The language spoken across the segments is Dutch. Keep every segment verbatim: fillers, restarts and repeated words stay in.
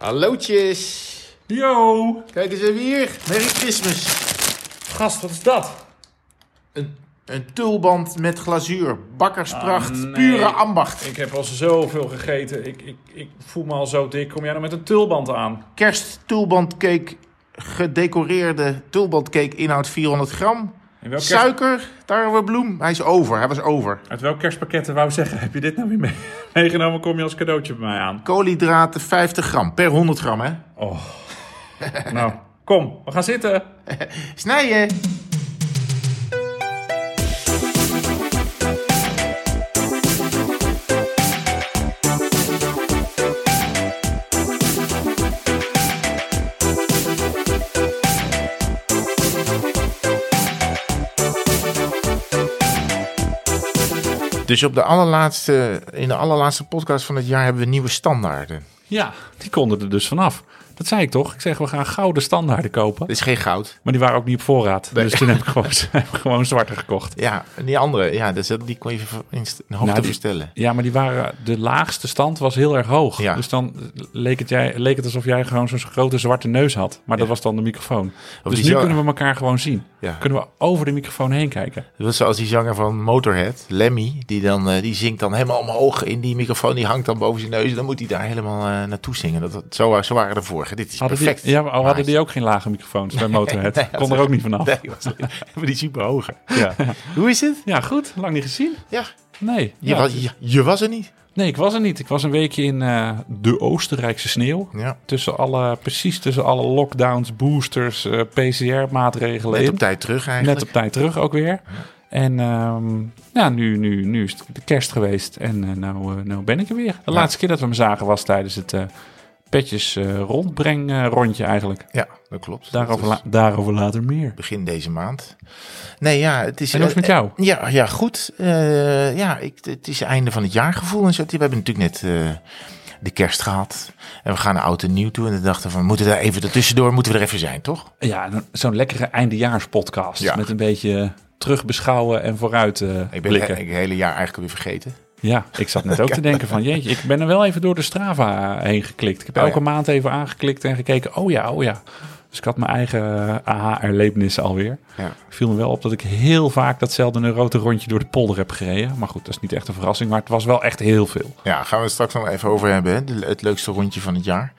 Hallootjes. Yo. Kijk eens even hier. Merry Christmas. Gast, wat is dat? Een, een tulband met glazuur. Bakkerspracht. Ah, nee. Pure ambacht. Ik heb al zoveel gegeten. Ik, ik, ik voel me al zo dik. Kom jij nou met een tulband aan? Kerst tulbandcake. Gedecoreerde tulbandcake. Inhoud vierhonderd gram. In welk kerst... Suiker. Tarwebloem. Hij is over. Hij was over. Uit welk kerstpakketten wou zeggen? Heb je dit nou weer mee... meegenomen? Kom je als cadeautje bij mij aan? Koolhydraten vijftig gram. Per honderd gram, hè? Oh. Nou, kom. We gaan zitten. Snijden. Dus op de allerlaatste, in de allerlaatste podcast van het jaar hebben we nieuwe standaarden. Ja, die konden er dus vanaf. Dat zei ik toch? Ik zeg, we gaan gouden standaarden kopen. Dit is geen goud. Maar die waren ook niet op voorraad. Nee. Dus toen heb ik gewoon, heb ik gewoon zwarte gekocht. Ja, en die andere, ja, dus die kon je in hoogte Nou, die- bestellen. Ja, maar die waren, de laagste stand was heel erg hoog. Ja. Dus dan leek het, jij, leek het alsof jij gewoon zo'n grote zwarte neus had. Maar dat was dan de microfoon. Dus die nu zo- kunnen we elkaar gewoon zien. Ja. Kunnen we over de microfoon heen kijken. Dat was zoals die zanger van Motorhead, Lemmy, die, dan, eh, die zingt dan helemaal omhoog in die microfoon. Die hangt dan boven zijn neus en dan moet hij daar helemaal eh, naartoe zingen. Dat, dat, zo, zo waren de vorige. Dit is Hadden die, perfect. ja, maar al hadden die ook geen lage microfoons bij Motorhead. Nee, dat Kon er ook niet vanaf. Nee, was, maar die super hoge. Ja. Hoe is het? Ja, goed. Lang niet gezien. Ja, Nee. je, Ja. was, je, je was er niet. Nee, ik was er niet. Ik was een weekje in uh, de Oostenrijkse sneeuw. Ja. Tussen alle, precies tussen alle lockdowns, boosters, uh, P C R-maatregelen Net in. op tijd terug eigenlijk. Net op tijd terug ook weer. Ja. En um, ja, nu, nu, nu is het de kerst geweest en uh, nou, uh, nou ben ik er weer. De Ja. laatste keer dat we me zagen was tijdens het uh, petjes uh, rondbreng uh, rondje eigenlijk. Ja, dat klopt. Daarover, dat la- daarover later meer. begin deze maand. Nee, ja, het is... En hoe is het met jou? Uh, ja, ja, goed. Uh, ja, ik, het is einde van het jaar gevoel en zo. We hebben natuurlijk net uh, de kerst gehad. En we gaan naar oud en nieuw toe. En we dachten van, moeten we daar even ertussendoor, moeten we er even zijn, toch? Ja, zo'n lekkere eindejaarspodcast. Ja. Met een beetje terugbeschouwen en vooruit uh, Ik ben blikken. het he- hele jaar eigenlijk alweer vergeten. Ja, ik zat net ook te denken van, jeetje, ik ben er wel even door de Strava heen geklikt. Ik heb Oh, elke ja. maand even aangeklikt en gekeken, oh ja, oh ja. Dus ik had mijn eigen aha-erlebnissen alweer. Ja. Viel me wel op dat ik heel vaak datzelfde neurote rondje door de polder heb gereden. Maar goed, dat is niet echt een verrassing, maar het was wel echt heel veel. Ja, gaan we het straks nog even over hebben. Hè? De, het leukste rondje van het jaar.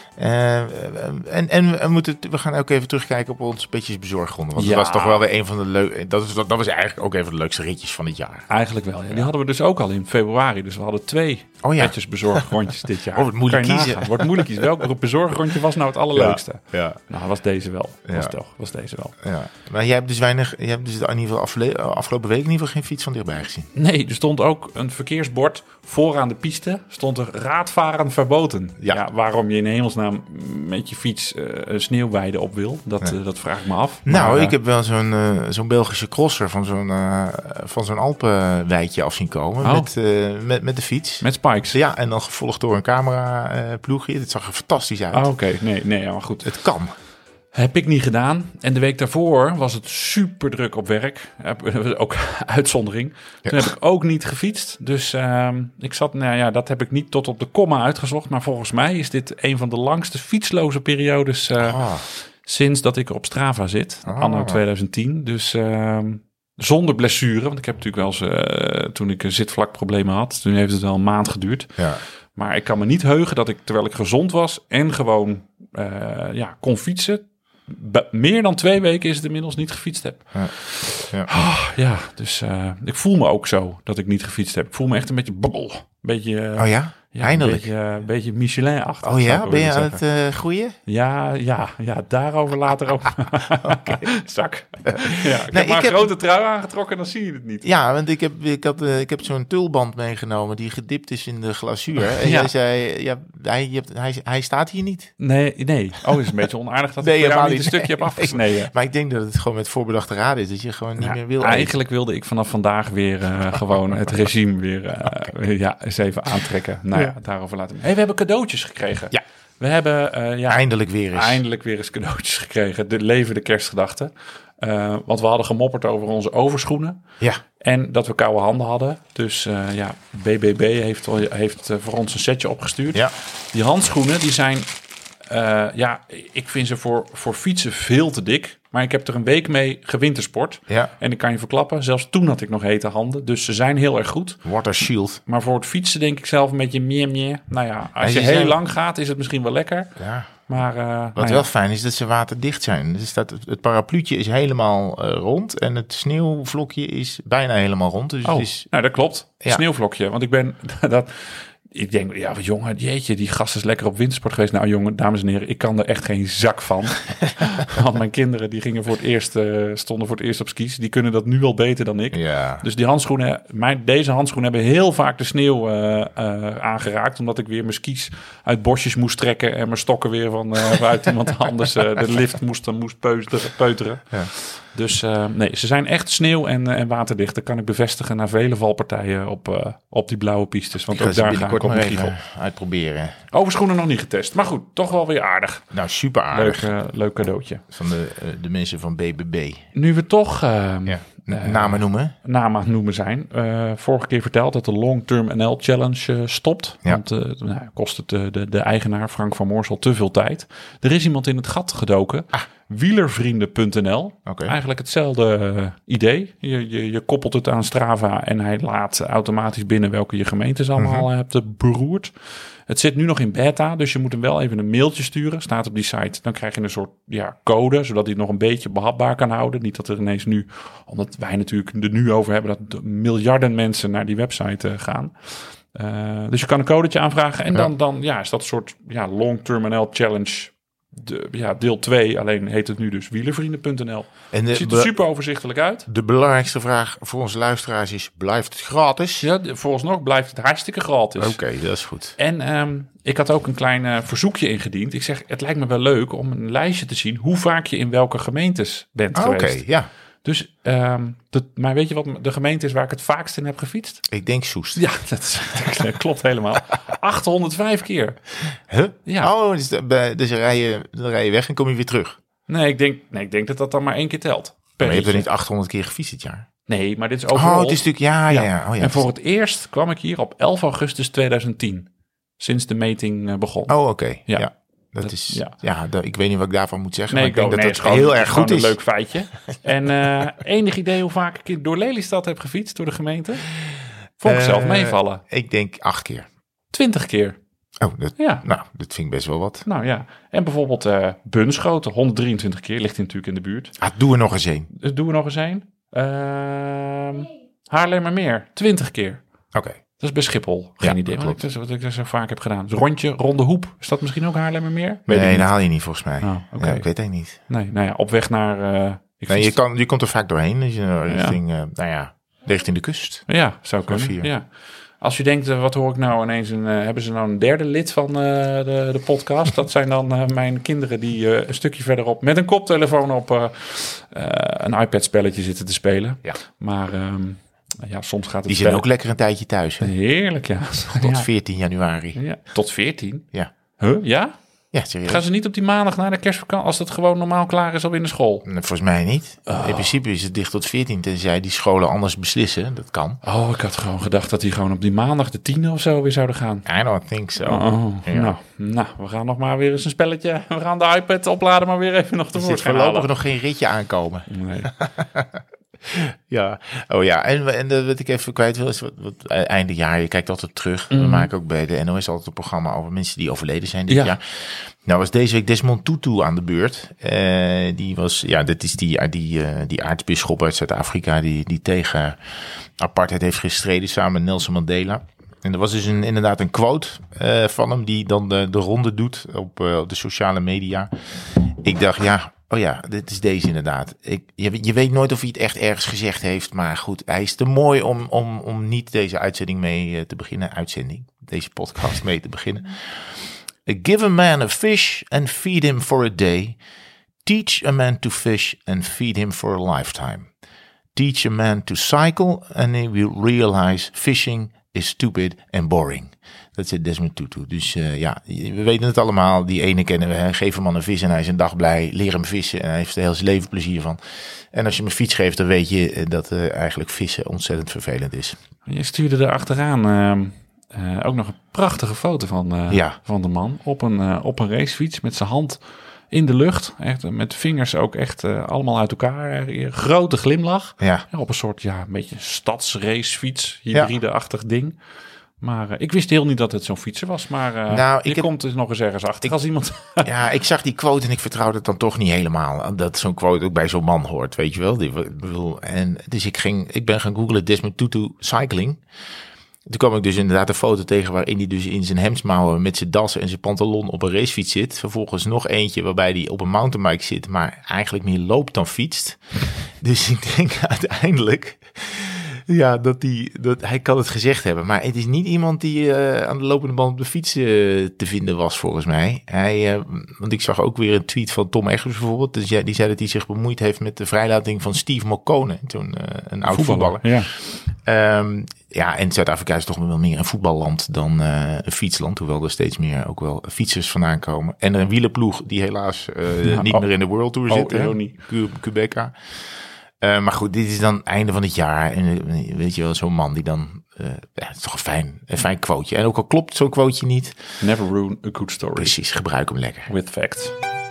Uh, en en we, moeten, we gaan ook even terugkijken op ons Petjes Bezorgronde. Want Ja. dat was toch wel weer een van de leuke... Dat, is- dat was eigenlijk ook een van de leukste ritjes van het jaar. Eigenlijk wel, ja. Die hadden we dus ook al in februari. Dus we hadden twee Oh ja. petjes bezorgrondjes dit jaar. Oh, wordt moeilijk Kan je kiezen. nagaan. Wordt moeilijk kiezen. Welk bezorgrondje was nou het allerleukste? Ja. Nou, was deze wel. Was, Ja. toch, was deze wel. Ja, maar jij hebt dus weinig, je hebt dus in ieder geval afle- afgelopen week in ieder geval geen fiets van dichtbij gezien. Nee, er stond ook een verkeersbord vooraan de piste. Stond er raadvaren verboden. Ja. Ja, waarom je in hemelsnaam met je fiets uh, een sneeuwweide op wil, dat, Ja. uh, dat vraag ik me af. Nou, Maar, ik heb wel zo'n uh, zo'n Belgische crosser van zo'n uh, van zo'n Alpenweidje af zien komen Oh. met, uh, met, met de fiets. Met spikes. Ja, en dan gevolgd door een camera uh, ploegje. Dit zag er fantastisch uit. Ah, Oké, okay. nee, nee, ja, maar goed. Het kan. Heb ik niet gedaan. En de week daarvoor was het super druk op werk. Heb, ook uitzondering. Ja. Toen heb ik ook niet gefietst. Dus uh, ik zat, nou ja, dat heb ik niet tot op de komma uitgezocht. Maar volgens mij is dit een van de langste fietsloze periodes uh, Ah. sinds dat ik op Strava zit. Ah. Anno twintig tien. Dus uh, zonder blessure. Want ik heb natuurlijk wel eens, uh, toen ik zitvlakproblemen had. Toen heeft het wel een maand geduurd. Ja. Maar ik kan me niet heugen dat ik, terwijl ik gezond was en gewoon uh, ja, kon fietsen. Be- meer dan twee weken is het inmiddels niet gefietst heb. Ja. Ja. Oh, ja, dus uh, ik voel me ook zo dat ik niet gefietst heb. Ik voel me echt een beetje bobbel. Een beetje, uh, Oh ja? ja, Eindelijk. Een beetje, uh, beetje Michelin-achtig. Oh zou ja? ik Ben je willen aan zeggen. het uh, groeien? Ja, ja, ja, daarover later ook. Okay. Zak. Ja, ik Nee, heb maar ik een heb- grote trui aangetrokken, dan zie je het niet. Ja, want ik heb, ik had, uh, ik heb zo'n tulband meegenomen die gedipt is in de glazuur. En Ja. jij zei, ja, hij, je hebt, hij, hij staat hier niet. Nee, nee. Oh, is een beetje onaardig dat Nee, ik voor jou helemaal niet een niet. stukje heb Nee. afgesneden. Maar ik denk dat het gewoon met voorbedachte raden is. Dat je gewoon niet Ja, meer wil. eigenlijk wilde ik vanaf vandaag weer uh, gewoon het regime weer, uh, weer ja, eens even aantrekken. Nou ja, Ja. daarover laten we. Hey, we hebben cadeautjes gekregen. Ja. We hebben uh, ja, Eindelijk weer eens. eindelijk weer eens cadeautjes gekregen. De levende kerstgedachte. Uh, want we hadden gemopperd over onze overschoenen. Ja. En dat we koude handen hadden. Dus uh, ja, B B B heeft, heeft uh, voor ons een setje opgestuurd. Ja. Die handschoenen die zijn Uh, ja, ik vind ze voor, voor fietsen veel te dik. Maar ik heb er een week mee gewintersport. Ja. En ik kan je verklappen, zelfs toen had ik nog hete handen. Dus ze zijn heel erg goed. Water Shield. Maar voor het fietsen denk ik zelf een beetje meer, meer. Nou ja, als je, je heel zijn... lang gaat, is het misschien wel lekker. Ja. Maar, uh, Wat nou wel ja. fijn is, dat ze waterdicht zijn. Dus dat het, het parapluutje is helemaal uh, rond en het sneeuwvlokje is bijna helemaal rond. Dus Oh, het is... nou dat klopt. Ja. Sneeuwvlokje. Want ik ben... dat. Ik denk, ja, jongen, jeetje, die gast is lekker op wintersport geweest. Nou, jongen, dames en heren, ik kan er echt geen zak van. Want mijn kinderen, die gingen voor het eerst, uh, stonden voor het eerst op skis. Die kunnen dat nu al beter dan ik. Ja. Dus die handschoenen, mijn, deze handschoenen hebben heel vaak de sneeuw uh, uh, aangeraakt. Omdat ik weer mijn skis uit bosjes moest trekken en mijn stokken weer van uh, uit iemand anders uh, de lift moest, moest peuteren. peuteren. Ja. Dus uh, nee, ze zijn echt sneeuw en, en waterdicht. Dat kan ik bevestigen na vele valpartijen op, uh, op die blauwe pistes. Want ook daar ga ik op maar mijn giegel. uitproberen. Overschoenen nog niet getest. Maar goed, toch wel weer aardig. Nou, super aardig. Leuk, uh, leuk cadeautje. Van de, uh, de mensen van B B B. Nu we toch uh, Ja. uh, Namen noemen. namen aan het noemen zijn. Uh, vorige keer verteld dat de Long Term N L Challenge uh, stopt. Ja. Want uh, nou, kost het uh, de, de eigenaar Frank van Moorsel te veel tijd. Er is iemand in het gat gedoken. Ah. wielervrienden punt n l. Okay. Eigenlijk hetzelfde uh, idee. Je, je, je koppelt het aan Strava en hij laat automatisch binnen welke je gemeentes allemaal mm-hmm. hebt beroerd. Het zit nu nog in beta, dus je moet hem wel even een mailtje sturen. Staat op die site. Dan krijg je een soort ja, code, zodat hij het nog een beetje behapbaar kan houden. Niet dat er ineens nu, omdat wij natuurlijk er nu over hebben, dat miljarden mensen naar die website uh, gaan. Uh, dus je kan een codetje aanvragen en ja. dan, dan ja, is dat een soort ja, Long Term N L Challenge. De, ja, deel twee, alleen heet het nu dus wielervrienden punt n l. En het ziet er super overzichtelijk uit. De belangrijkste vraag voor onze luisteraars is, blijft het gratis? Ja, vooralsnog blijft het hartstikke gratis. Oké, okay, dat is goed. En um, ik had ook een klein uh, verzoekje ingediend. Ik zeg, het lijkt me wel leuk om een lijstje te zien hoe vaak je in welke gemeentes bent ah, geweest. Oké, okay, ja. Dus, um, de, maar weet je wat de gemeente is waar ik het vaakst in heb gefietst? Ik denk Soest. Ja, dat, is, dat klopt helemaal. achthonderdvijf keer. Huh? Ja. Oh, dus, dus dan, rij je, dan rij je weg en kom je weer terug. Nee, ik denk, nee, ik denk dat dat dan maar één keer telt. Maar je hebt er niet achthonderd keer gefietst dit jaar? Nee, maar dit is overal. Oh, het is natuurlijk, ja, ja, ja. Oh, ja. En voor het eerst kwam ik hier op elf augustus tweeduizend tien. Sinds de meting uh, begon. Oh, oké. Okay. Ja. ja. Dat dat, is, ja, ja dat, ik weet niet wat ik daarvan moet zeggen, nee, maar ik denk ook, dat nee, het gewoon, heel erg goed is. Een leuk feitje. En uh, enig idee hoe vaak ik door Lelystad heb gefietst door de gemeente? Vond ik uh, zelf meevallen. Ik denk acht keer. Twintig keer. Oh, dat, ja. Nou, dat vind ik best wel wat. Nou ja, en bijvoorbeeld uh, Bunschoten, honderddrieëntwintig keer, ligt natuurlijk in de buurt. Ah, doe er nog eens één. Dus doen we nog eens één. Uh, Haarlemmermeer, twintig keer. Oké. Okay. Dat is bij Schiphol. Geen ja, idee wat ik, dus, wat ik zo vaak heb gedaan. Dus rondje, ronde hoep. Is dat misschien ook Haarlemmermeer? Weet nee, dat haal je niet volgens mij. Oh, okay. ja, ik weet het niet. Nee, nou ja, op weg naar... Uh, ik nee, je, kan, je komt er vaak doorheen. Dus je, richting, ja. Uh, nou ja, richting de kust. Ja, zou kunnen. Ja. Als je denkt, uh, wat hoor ik nou ineens? Een, uh, hebben ze nou een derde lid van uh, de, de podcast? Dat zijn dan uh, mijn kinderen die uh, een stukje verderop met een koptelefoon op uh, uh, een iPad-spelletje zitten te spelen. Ja. Maar... Um, ja, soms gaat het die zijn ook lekker een tijdje thuis. Hè? Heerlijk, ja. Tot ja. veertien januari. Ja. Tot veertien? Ja. Huh? Ja? Ja, serieus. Gaan ze niet op die maandag na de kerstvakantie, als dat gewoon normaal klaar is, al in de school? Volgens mij niet. Oh. In principe is het dicht tot veertien, tenzij die scholen anders beslissen. Dat kan. Oh, ik had gewoon gedacht dat die gewoon op die maandag de tiende of zo weer zouden gaan. I don't think so. Oh, ja. nou, nou, we gaan nog maar weer eens een spelletje. We gaan de iPad opladen, maar weer even nog tevoorschijn halen. Er zit voorlopig nog geen ritje aankomen. Nee. Ja, oh ja, en, en uh, wat ik even kwijt wil is, wat, wat, uh, einde jaar, je kijkt altijd terug. Mm. We maken ook bij de N O S altijd een programma over mensen die overleden zijn dit ja. jaar. Nou was deze week Desmond Tutu aan de beurt. Uh, die was, ja, dat is die, die, uh, die aartsbisschop uit Zuid-Afrika die, die tegen apartheid heeft gestreden samen met Nelson Mandela. En er was dus een, inderdaad een quote uh, van hem die dan de, de ronde doet op, uh, op de sociale media. Ik dacht, ja... Oh ja, dit is deze inderdaad. Ik, je, je weet nooit of hij het echt ergens gezegd heeft. Maar goed, hij is te mooi om, om, om niet deze uitzending mee uh, te beginnen. Uitzending, deze podcast mee te beginnen. Give a man a fish and feed him for a day. Teach a man to fish and feed him for a lifetime. Teach a man to cycle and he will realize fishing is stupid and boring. Dat is Desmond Tutu. Dus uh, ja, we weten het allemaal. Die ene kennen we. Hè? Geef hem man een vis en hij is een dag blij. Leer hem vissen en hij heeft er heel zijn leven plezier van. En als je hem een fiets geeft, dan weet je dat uh, eigenlijk vissen ontzettend vervelend is. Je stuurde er achteraan Uh, ook nog een prachtige foto van, uh, ja. van de man op een, uh, op een racefiets met zijn hand in de lucht. Echt, met vingers ook echt uh, allemaal uit elkaar. Uh, grote glimlach. Ja. Ja, op een soort, ja, een beetje stadsracefiets, hybride-achtig ja. ding. Maar uh, ik wist heel niet dat het zo'n fietser was. Maar uh, nou, je heb, komt dus nog eens ergens achter ik, als iemand... ja, ik zag die quote en ik vertrouwde het dan toch niet helemaal. Dat zo'n quote ook bij zo'n man hoort, weet je wel. Die, bedoel, en, dus ik, ging, ik ben gaan googlen Desmond Tutu cycling. Toen kwam ik dus inderdaad een foto tegen waarin hij dus in zijn hemdsmouwen met zijn das en zijn pantalon op een racefiets zit. Vervolgens nog eentje waarbij hij op een mountainbike zit, maar eigenlijk meer loopt dan fietst. Dus ik denk uiteindelijk... Ja, dat hij, dat, hij kan het gezegd hebben. Maar het is niet iemand die uh, aan de lopende band op de fiets uh, te vinden was, volgens mij. Hij, uh, want ik zag ook weer een tweet van Tom Eggers bijvoorbeeld. Dus ja, die zei dat hij zich bemoeid heeft met de vrijlating van Steve Mokone. Toen uh, een oud voetballer. voetballer. Ja. Um, ja, en Zuid-Afrika is toch wel meer een voetballand dan uh, een fietsland. Hoewel er steeds meer ook wel fietsers vandaan komen. En een wielerploeg die helaas uh, ja, niet oh, meer in de World Tour oh, zit. Oh, Quebeca. Uh, maar goed, dit is dan het einde van het jaar. En weet je wel, zo'n man die dan... Uh, ja, het is toch een fijn, een fijn quoteje. En ook al klopt zo'n quoteje niet... Never ruin a good story. Precies, gebruik hem lekker. With facts.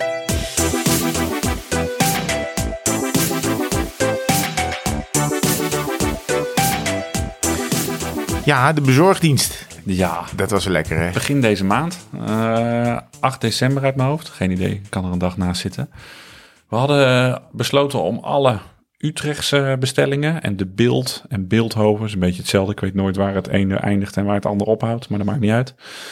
Ja, de bezorgdienst. Ja. Dat was lekker, hè? Begin deze maand. Uh, acht december uit mijn hoofd. Geen idee, kan er een dag naast zitten. We hadden besloten om alle... Utrechtse bestellingen en de Bild en Beeldhoven is een beetje hetzelfde. Ik weet nooit waar het ene eindigt en waar het andere ophoudt, maar dat maakt niet uit.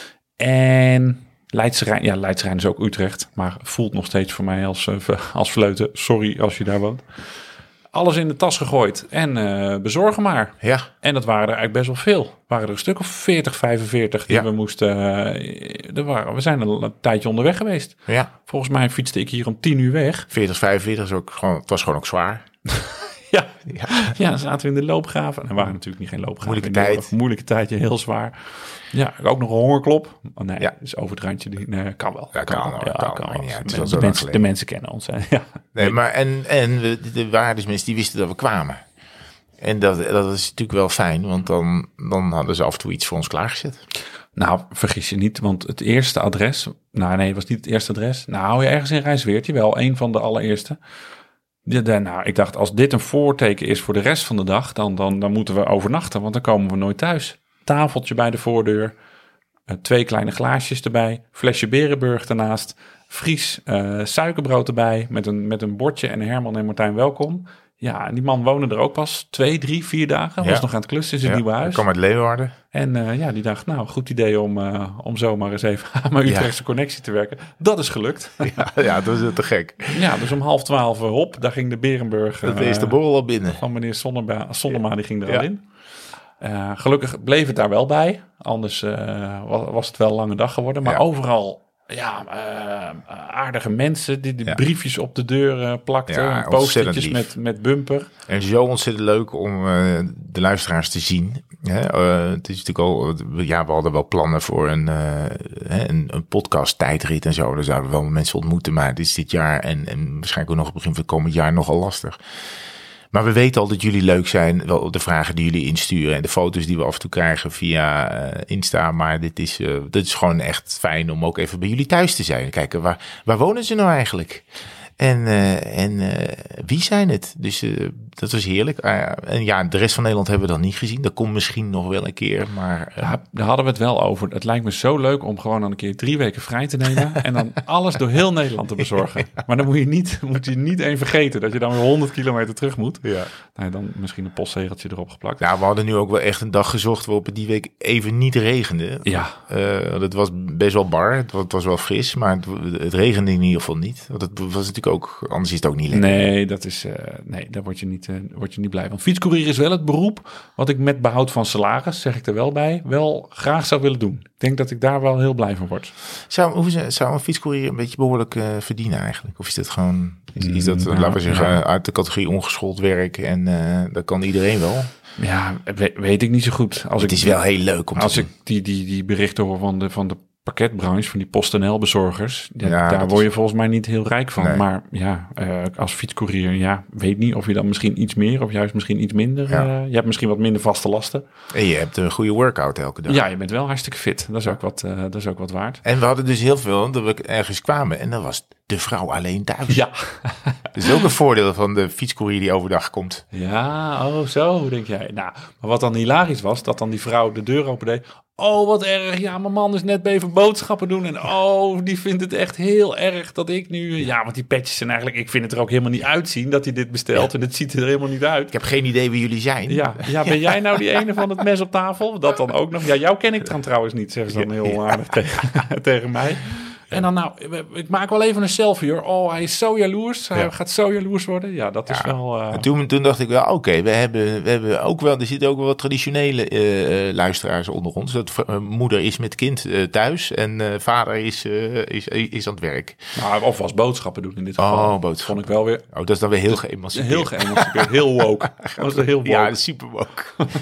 En Leidse Rijn, ja, Leidse Rijn is ook Utrecht, maar voelt nog steeds voor mij als, als Vleuten. Sorry als je daar woont. Alles in de tas gegooid en uh, bezorgen maar. Ja. En dat waren er eigenlijk best wel veel. Er waren er een stuk of veertig, vijfenveertig die ja. we moesten... Uh, er waren, we zijn een, een tijdje onderweg geweest. Ja. Volgens mij fietste ik hier om tien uur weg. veertig, vijfenveertig is ook gewoon, het was gewoon ook zwaar. ja. Ja. ja, dan zaten we in de loopgraven. En er waren natuurlijk niet geen loopgraven. Moeilijke tijd. Moeilijke tijdje, heel zwaar. Ja, ook nog een hongerklop. Oh, nee, ja. is over het randje. Nee, kan wel. Ja, kan, kan, kan, ja, kan, kan kan wel. ja, de, de, mensen, de mensen kennen ons. Hè. Ja. Nee, maar en, en er waren dus mensen die wisten dat we kwamen. En dat, dat is natuurlijk wel fijn, want dan, dan hadden ze af en toe iets voor ons klaargezet. Nou, vergis je niet, want het eerste adres... Nou nee, het was niet het eerste adres. Nou, ergens in Rijsweert, wel een van de allereerste... De, de, nou, ik dacht, als dit een voorteken is voor de rest van de dag, dan, dan, dan moeten we overnachten, want dan komen we nooit thuis. Tafeltje bij de voordeur, uh, twee kleine glaasjes erbij, flesje Berenburg ernaast, Fries uh, suikerbrood erbij, met een, met een bordje en Herman en Martijn welkom. Ja, en die man woonde er ook pas twee, drie, vier dagen. Ja. Was nog aan het klussen in zijn ja, nieuwe huis. Ik kwam uit Leeuwarden. En uh, ja, die dacht, nou, goed idee om, uh, om zomaar eens even aan mijn Utrechtse ja. connectie te werken. Dat is gelukt. Ja, ja, dat is te gek. Ja, dus om half twaalf uh, op, daar ging de Berenburg. Dat uh, is de borrel al binnen. Van meneer Sonnema, Sonnema, ja. die ging er ja. al in. Uh, gelukkig bleef het daar wel bij. Anders uh, was, was het wel een lange dag geworden. Maar ja. overal... Ja, uh, aardige mensen die de ja. briefjes op de deur uh, plakten. Ja, post-itjes met, met bumper. En zo ontzettend leuk om uh, de luisteraars te zien. Hè? Uh, het is natuurlijk al, ja, we hadden wel plannen voor een, uh, een, een podcast tijdrit en zo. Daar zouden we wel mensen ontmoeten, maar het is dit jaar en, en waarschijnlijk ook nog het begin van het komend jaar nogal lastig. Maar we weten al dat jullie leuk zijn, wel de vragen die jullie insturen en de foto's die we af en toe krijgen via uh, Insta. Maar dit is, uh, dit is gewoon echt fijn om ook even bij jullie thuis te zijn. Kijken, waar, waar wonen ze nou eigenlijk? En, uh, en uh, wie zijn het? Dus uh, dat was heerlijk. Uh, en ja, de rest van Nederland hebben we dan niet gezien. Dat komt misschien nog wel een keer, maar... Uh... Ja, daar hadden we het wel over. Het lijkt me zo leuk om gewoon dan een keer drie weken vrij te nemen... en dan alles door heel Nederland te bezorgen. Ja. Maar dan moet je niet, moet je niet één vergeten... dat je dan weer honderd kilometer terug moet. Ja. Nou, dan misschien een postzegeltje erop geplakt. Ja, we hadden nu ook wel echt een dag gezocht... waarop het die week even niet regende. Ja. Uh, het was best wel bar, het was, het was wel fris... maar het, het regende in ieder geval niet. Want het was natuurlijk ook... Anders is het ook niet lekker. Nee, dat is, uh, nee daar word je, niet, uh, word je niet blij van. Fietscourier is wel het beroep wat ik met behoud van salaris, zeg ik er wel bij, wel graag zou willen doen. Ik denk dat ik daar wel heel blij van word. Zou, hoe, zou een fietscourier een beetje behoorlijk uh, verdienen eigenlijk? Of is dat gewoon, is, is dat, nou, laten we zeggen, ja. uit de categorie ongeschoold werk en uh, dat kan iedereen wel? Ja, weet, weet ik niet zo goed. Als het ik, is wel heel leuk om Als te ik die, die, die berichten hoor van de, van de pakketbranche, van die PostNL-bezorgers, ja, Ja, daar dat word je is- volgens mij niet heel rijk van. Nee. Maar ja, uh, als fietscourier, ja, weet niet of je dan misschien iets meer of juist misschien iets minder. Ja. Uh, je hebt misschien wat minder vaste lasten. En je hebt een goede workout elke dag. Ja, je bent wel hartstikke fit. Dat is ook wat, uh, dat is ook wat waard. En we hadden dus heel veel dat we ergens kwamen en dan was de vrouw alleen thuis. Ja. Dat is ook een voordeel van de fietscourier die overdag komt. Ja, oh zo, denk jij. Nou, maar wat dan hilarisch was, dat dan die vrouw de deur opendeed. Oh, wat erg. Ja, mijn man is net bij even boodschappen doen. En oh, die vindt het echt heel erg dat ik nu... Ja, want die petjes zijn eigenlijk... Ik vind het er ook helemaal niet uitzien dat hij dit bestelt. Ja. En het ziet er helemaal niet uit. Ik heb geen idee wie jullie zijn. Ja, ja ben jij nou die ene van het mes op tafel? Dat dan ook nog. Ja, jou ken ik dan trouwens niet, zeggen ze dan heel aardig tegen, tegen mij. En dan nou, ik maak wel even een selfie hoor. Oh, hij is zo jaloers. Hij ja. gaat zo jaloers worden. Ja, dat is ja. wel... Uh... En toen, toen dacht ik wel, oké, okay, we, hebben, we hebben ook wel... Er zitten ook wel wat traditionele uh, luisteraars onder ons. Dat uh, moeder is met kind uh, thuis en uh, vader is, uh, is, is aan het werk. Nou, of was boodschappen doen in dit geval. Oh, boodschappen. Vond ik wel weer... Oh, dat is dan weer heel geëmancipeerd. Heel geëmancipeerd, heel woke. Dat was heel woke. Ja, super woke.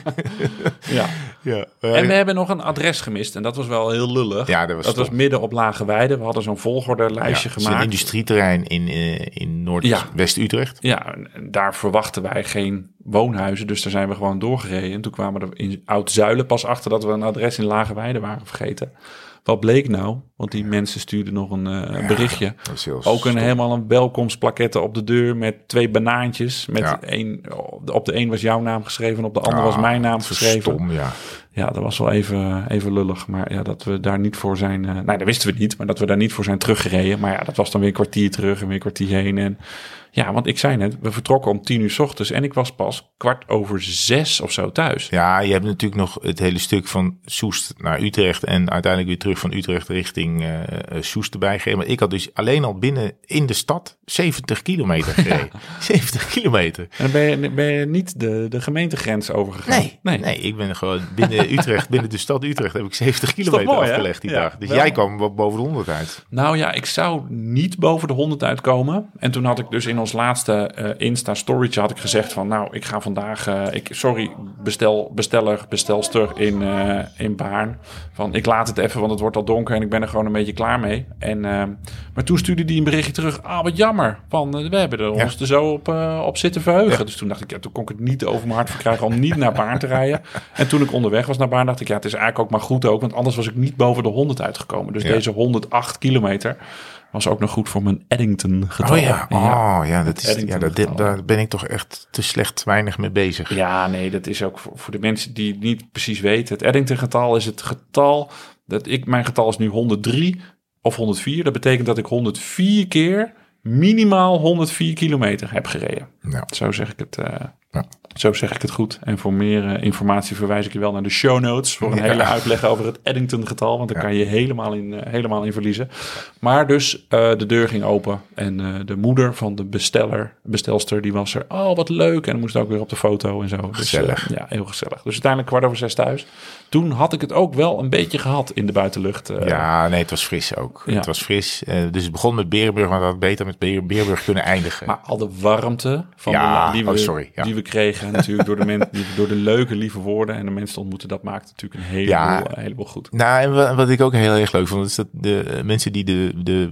ja. ja. Uh, en we hebben nog een adres gemist en dat was wel heel lullig. Ja, dat was Dat was midden op Lage Weide. We hadden zo'n volgorde lijstje ja, gemaakt. Het is een industrieterrein in, uh, in Noord-West-Utrecht. Ja, ja, en daar verwachten wij geen woonhuizen. Dus daar zijn we gewoon doorgereden. En toen kwamen we er in Oud-Zuilen pas achter dat we een adres in Lage Weide waren vergeten. Wat bleek nou? Want die mensen stuurden nog een uh, ja, berichtje. Ook een helemaal een welkomstplaquette op de deur met twee banaantjes. Met ja. één, op de een was jouw naam geschreven, op de ander ah, was mijn naam geschreven. Stom, ja. Ja, dat was wel even, even lullig. Maar ja, dat we daar niet voor zijn... Uh, nou, dat wisten we niet, maar dat we daar niet voor zijn teruggereden. Maar ja, dat was dan weer een kwartier terug en weer een kwartier heen. En ja, want ik zei net, we vertrokken om tien uur 's ochtends en ik was pas kwart over zes of zo thuis. Ja, je hebt natuurlijk nog het hele stuk van Soest naar Utrecht en uiteindelijk weer terug van Utrecht richting uh, Soest erbij gegeven. Maar ik had dus alleen al binnen in de stad zeventig kilometer gereden. Ja. zeventig kilometer. En dan ben je, ben je niet de, de gemeentegrens overgegaan? Nee, nee, nee, ik ben gewoon binnen Utrecht, binnen de stad Utrecht heb ik zeventig kilometer mooi, afgelegd die ja, dag. Dus wel. Jij kwam boven de honderd uit. Nou ja, ik zou niet boven de honderd uitkomen. En toen had ik dus in ons laatste uh, Insta-storytje had ik gezegd van nou, ik ga vandaag, uh, ik, sorry, bestel, besteller, bestelster in, uh, in Baarn. Van ik laat het even, want het wordt al donker en ik ben er gewoon een beetje klaar mee. En, uh, maar toen stuurde die een berichtje terug, ah wat jammer, van uh, we hebben er ons ja. er zo op, uh, op zitten verheugen. Ja. Dus toen dacht ik, ja, toen kon ik het niet over mijn hart verkrijgen om niet naar Baarn te rijden. En toen ik onderweg was naar Baarn, dacht ik, ja, het is eigenlijk ook maar goed ook, want anders was ik niet boven de honderd uitgekomen. Dus ja. deze honderdacht kilometer was ook nog goed voor mijn Eddington getal. Oh ja, oh, ja, dat is, ja dat, daar ben ik toch echt te slecht weinig mee bezig. Ja, nee, dat is ook voor, voor de mensen die het niet precies weten. Het Eddington getal is het getal, dat ik, mijn getal is nu honderddrie of honderdvier. Dat betekent dat ik honderdvier keer minimaal honderdvier kilometer heb gereden. Ja. Zo zeg ik het. Uh, ja. Zo zeg ik het goed. En voor meer uh, informatie verwijs ik je wel naar de show notes voor een ja. hele uitleg over het Eddington-getal. Want daar ja. kan je helemaal in, uh, helemaal in verliezen. Maar dus uh, de deur ging open en uh, de moeder van de besteller, bestelster, die was er. Oh, wat leuk. En dan moest ook weer op de foto en zo. Gezellig. Dus, uh, ja, heel gezellig. Dus uiteindelijk kwart over zes thuis. Toen had ik het ook wel een beetje gehad in de buitenlucht. Uh, ja, nee, het was fris ook. Ja. Het was fris. Uh, dus het begon met Berenburg, maar dat had beter met Berenburg kunnen eindigen. Maar al de warmte van ja, de, die, we, oh, sorry, ja. die we kregen natuurlijk door de, men, door de leuke, lieve woorden en de mensen te ontmoeten, dat maakt natuurlijk een heleboel, ja, een heleboel goed. Nou, en wat ik ook heel erg leuk vond, is dat de uh, mensen die de, de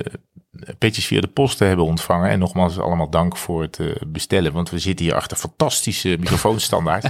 uh, petjes via de post hebben ontvangen, en nogmaals allemaal dank voor het uh, bestellen, want we zitten hier achter fantastische microfoonstandaard.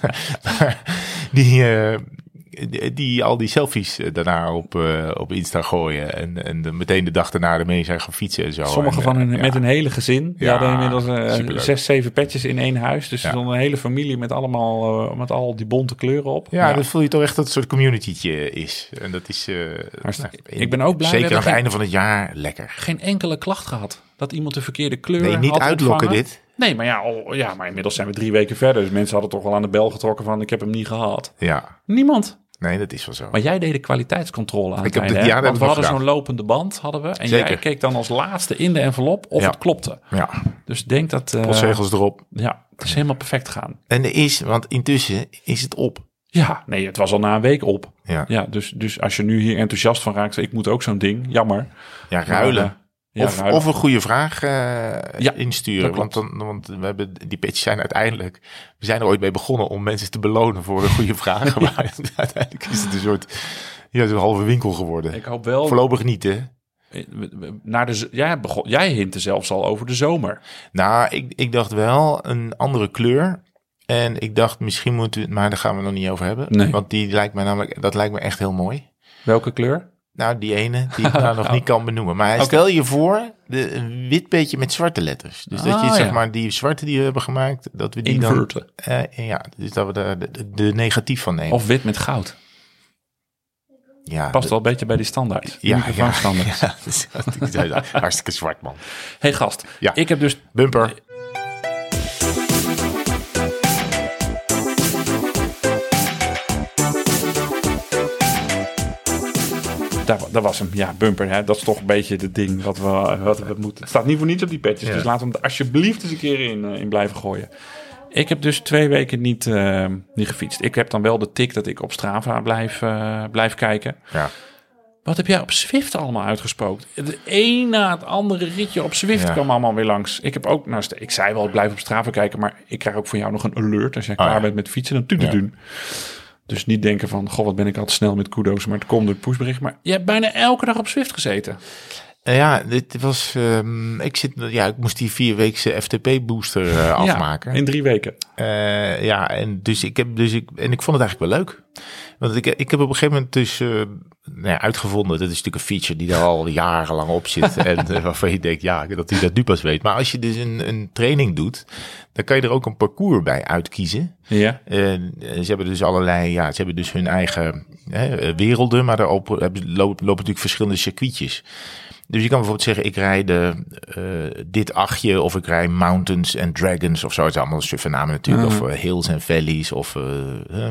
die... Uh, Die, die al die selfies daarna op, uh, op Insta gooien. En, en de, meteen de dag daarna ermee zijn gaan fietsen en zo. Sommige en, van hun, ja. met een hele gezin. Die ja, hadden inmiddels uh, zes, zeven petjes in één huis. Dus ja. er een hele familie met allemaal uh, met al die bonte kleuren op. Ja, ja, dan voel je toch echt dat het een soort communitytje is. En dat is... Uh, nou, ik ben ook blij. Zeker aan het geen, einde van het jaar lekker. Geen enkele klacht gehad. Dat iemand de verkeerde kleur nee, niet had uitlokken ontvangen. dit. Nee, maar ja, oh, ja, maar inmiddels zijn we drie weken verder. Dus mensen hadden toch wel aan de bel getrokken van ik heb hem niet gehad. Ja. Niemand. Nee, dat is wel zo. Maar jij deed de kwaliteitscontrole aan ik het heb einde. De, ja, want we hadden gedaan. zo'n lopende band, hadden we. En Zeker. jij keek dan als laatste in de envelop of ja. het klopte. Ja. Dus denk dat... Uh, postzegels erop. Ja, het is helemaal perfect gegaan. En er is, want intussen is het op. Ja, nee, het was al na een week op. Ja. Ja, dus, dus als je nu hier enthousiast van raakt, ik moet ook zo'n ding. Jammer. Ja, ruilen. Maar, uh, Ja, of, of een goede vraag uh, ja, insturen. Want, dan, want we hebben, die pitches zijn uiteindelijk... We zijn er ooit mee begonnen om mensen te belonen voor een goede vraag. Maar uiteindelijk is het een soort... Ja, het is een halve winkel geworden. Ik hoop wel... Voorlopig niet, hè? Naar de, jij, begon, jij hintte zelfs al over de zomer. Nou, ik, ik dacht wel een andere kleur. En ik dacht misschien moeten we... Maar daar gaan we nog niet over hebben. Nee. Want die lijkt me namelijk... Dat lijkt me echt heel mooi. Welke kleur? Nou, die ene die ik nou nog niet kan benoemen. Maar okay. Stel je voor, de, een wit beetje met zwarte letters. Dus dat je, ah, zeg ja. maar, die zwarte die we hebben gemaakt, dat we die Inverten. dan... Uh, ja, dus dat we de, de, de negatief van nemen. Of wit met goud. Ja, past wel een beetje bij die standaard. Ja, ja, standaard. Ja, dus, hartstikke zwart, man. Hey gast, ja. ik heb dus... Bumper. Daar, daar was hem, ja, bumper. Hè? Dat is toch een beetje het ding wat we, wat we moeten... Het staat niet voor niets op die petjes, ja. Dus laten we hem er alsjeblieft eens een keer in, uh, in blijven gooien. Ik heb dus twee weken niet, uh, niet gefietst. Ik heb dan wel de tik dat ik op Strava blijf, uh, blijf kijken. Ja. Wat heb jij op Zwift allemaal uitgesproken? Het een na het andere ritje op Zwift ja. kwam allemaal weer langs. Ik heb ook, nou, ik zei wel, ik blijf op Strava kijken, maar ik krijg ook van jou nog een alert. Als jij klaar oh, ja. bent met fietsen, dan tu doen. Dus niet denken van, goh, wat ben ik altijd snel met kudo's, maar het komt door het pushbericht. Maar je hebt bijna elke dag op Zwift gezeten. Uh, ja, dit was, um, ik zit, ja, ik moest die vierweekse F T P-booster uh, afmaken. Ja, in drie weken. Uh, ja, en dus ik heb, dus ik, en ik vond het eigenlijk wel leuk. Want ik, ik heb op een gegeven moment dus uh, nou ja, uitgevonden, dat is natuurlijk een feature die er al jarenlang op zit. en uh, waarvan je denkt, ja, dat hij dat nu pas weet. Maar als je dus een, een training doet, dan kan je er ook een parcours bij uitkiezen. Ja. Uh, ze hebben dus allerlei, ja, ze hebben dus hun eigen hè, werelden, maar daarop lopen, lopen natuurlijk verschillende circuitjes. Dus je kan bijvoorbeeld zeggen, ik rijd uh, dit achtje of ik rijd Mountains and Dragons of zo. Het is allemaal suffe namen natuurlijk. Uh-huh. Of uh, Hills and Valleys of... Uh, uh.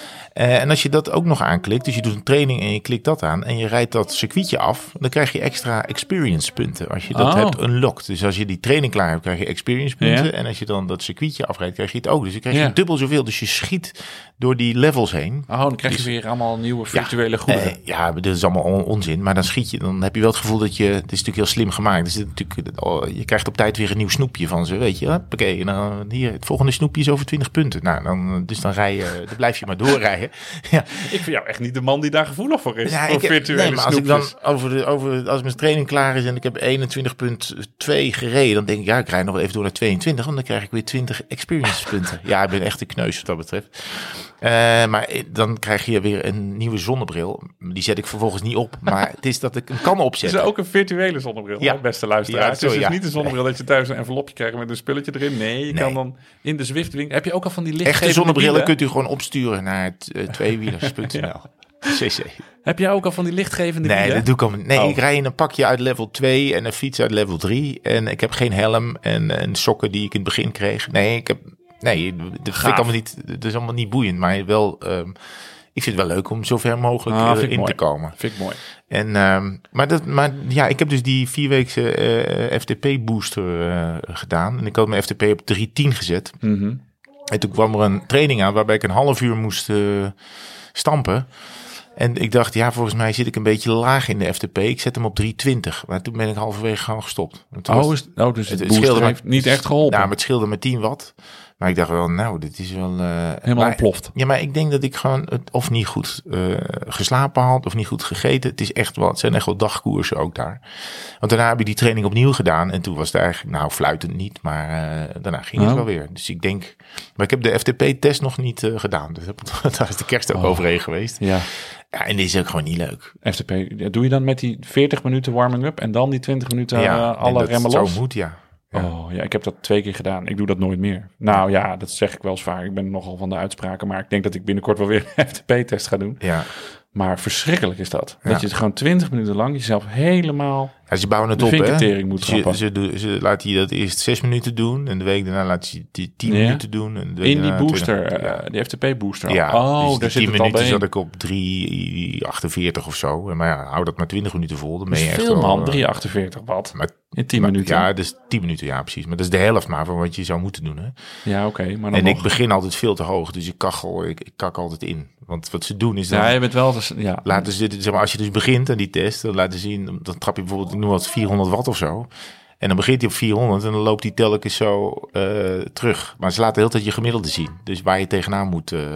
Uh, en als je dat ook nog aanklikt, dus je doet een training en je klikt dat aan en je rijdt dat circuitje af, dan krijg je extra experience punten als je dat oh. hebt unlocked. Dus als je die training klaar hebt, krijg je experience punten. Ja. En als je dan dat circuitje afrijdt, krijg je het ook. Dus je krijgt ja. dubbel zoveel. Dus je schiet door die levels heen. Oh, dan krijg je dus weer allemaal nieuwe virtuele ja, goederen. Uh, ja, dat is allemaal on- onzin. Maar dan schiet je, dan heb je wel het gevoel dat je, het is natuurlijk heel slim gemaakt. Dus het natuurlijk, oh, je krijgt op tijd weer een nieuw snoepje van ze, weet je. Oké, en dan hier, het volgende snoepje is over twintig punten. Nou, dan, dus dan rij je, dan blijf je maar doorrijden. Ja. Ik vind jou echt niet de man die daar gevoelig voor is. Ja, voor ik heb, virtuele nee, maar als snoepjes. ik dan over de, over, als mijn training klaar is en ik heb eenentwintig komma twee gereden, dan denk ik, ja, ik rijd nog even door naar tweeëntwintig, want dan krijg ik weer twintig experience punten. Ja, ik ben echt een kneus wat dat betreft. Uh, maar dan krijg je weer een nieuwe zonnebril. Die zet ik vervolgens niet op, maar het is dat ik hem kan opzetten. Het is ook een virtuele zonnebril, ja. Hè, beste luisteraar. Ja, zo, het is dus ja. niet een zonnebril dat je thuis een envelopje krijgt met een spulletje erin. Nee, je nee. kan dan in de Zwift winkel. Heb je ook al van die lichtgevende echte zonnebrillen wielen? Kunt u gewoon opsturen naar het uh, tweewielers punt n l. Ja. C C. Heb jij ook al van die lichtgevende Nee, wielen? dat doe ik al. Nee, oh. ik rij in een pakje uit level twee en een fiets uit level drie. En ik heb geen helm en, en sokken die ik in het begin kreeg. Nee, ik heb... Nee, dat vind ik allemaal niet... Dat is allemaal niet boeiend, maar wel... Um, ik vind het wel leuk om zo ver mogelijk ah, in mooi. te komen. Vind ik mooi. En, um, maar, dat, maar ja, ik heb dus die vierweekse uh, F T P-booster uh, gedaan. En ik had mijn F T P op drie tien gezet. Mm-hmm. En toen kwam er een training aan waarbij ik een half uur moest uh, stampen. En ik dacht, ja, volgens mij zit ik een beetje laag in de F T P. Ik zet hem op drie twintig. Maar toen ben ik halverwege gewoon gestopt. Oh, was, is, oh, dus het, het scheelde heeft niet echt geholpen? Nou, maar het scheelde met tien watt. Maar ik dacht wel, nou, dit is wel... Uh, Helemaal ontploft. Ja, maar ik denk dat ik gewoon het of niet goed uh, geslapen had of niet goed gegeten. Het is echt wel, het zijn echt wel dagkoersen ook daar. Want daarna heb ik die training opnieuw gedaan. En toen was het eigenlijk, nou, fluitend niet. Maar uh, daarna ging oh. het wel weer. Dus ik denk... Maar ik heb de F T P-test nog niet uh, gedaan. Dus daar is de kerst ook oh. overheen geweest. Ja. Ja, en dit is ook gewoon niet leuk. F T P, doe je dan met die veertig minuten warming-up en dan die twintig minuten ja, uh, alle remmen los? Zo moet, ja. Ja. Oh ja, ik heb dat twee keer gedaan. Ik doe dat nooit meer. Nou ja, dat zeg ik wel eens vaak. Ik ben nogal van de uitspraken, maar ik denk dat ik binnenkort wel weer een F T P-test ga doen. Ja. Maar verschrikkelijk is dat. Ja. Dat je het gewoon twintig minuten lang jezelf helemaal ja, ze bouwen het op, hè? Moet ze, ze, ze, ze laten je dat eerst zes minuten doen en de week daarna laten je die tien ja. minuten doen. En de week in die booster, twintig, uh, die F T P-booster. Ja, oh, dus daar zit tien het al minuten bij. zat ik op drie achtenveertig of zo. Maar ja, hou dat maar twintig minuten vol. Dan ben je echt veel wel, man, drie achtenveertig watt. Maar, in tien maar, minuten. Ja, dus tien minuten, ja precies. Maar dat is de helft maar van wat je zou moeten doen, hè? Ja, oké. Okay, maar en nog... ik begin altijd veel te hoog, dus ik kachel, ik, ik kak altijd in. Want wat ze doen is dan... Ja, je bent wel... Dus, ja. Laten ze, zeg maar, als je dus begint aan die test, dan laten zien, dan trap je bijvoorbeeld, ik noem wat, vierhonderd watt of zo. En dan begint hij op vierhonderd en dan loopt hij telkens zo uh, terug. Maar ze laten heel tijd je gemiddelde zien. Dus waar je tegenaan moet uh,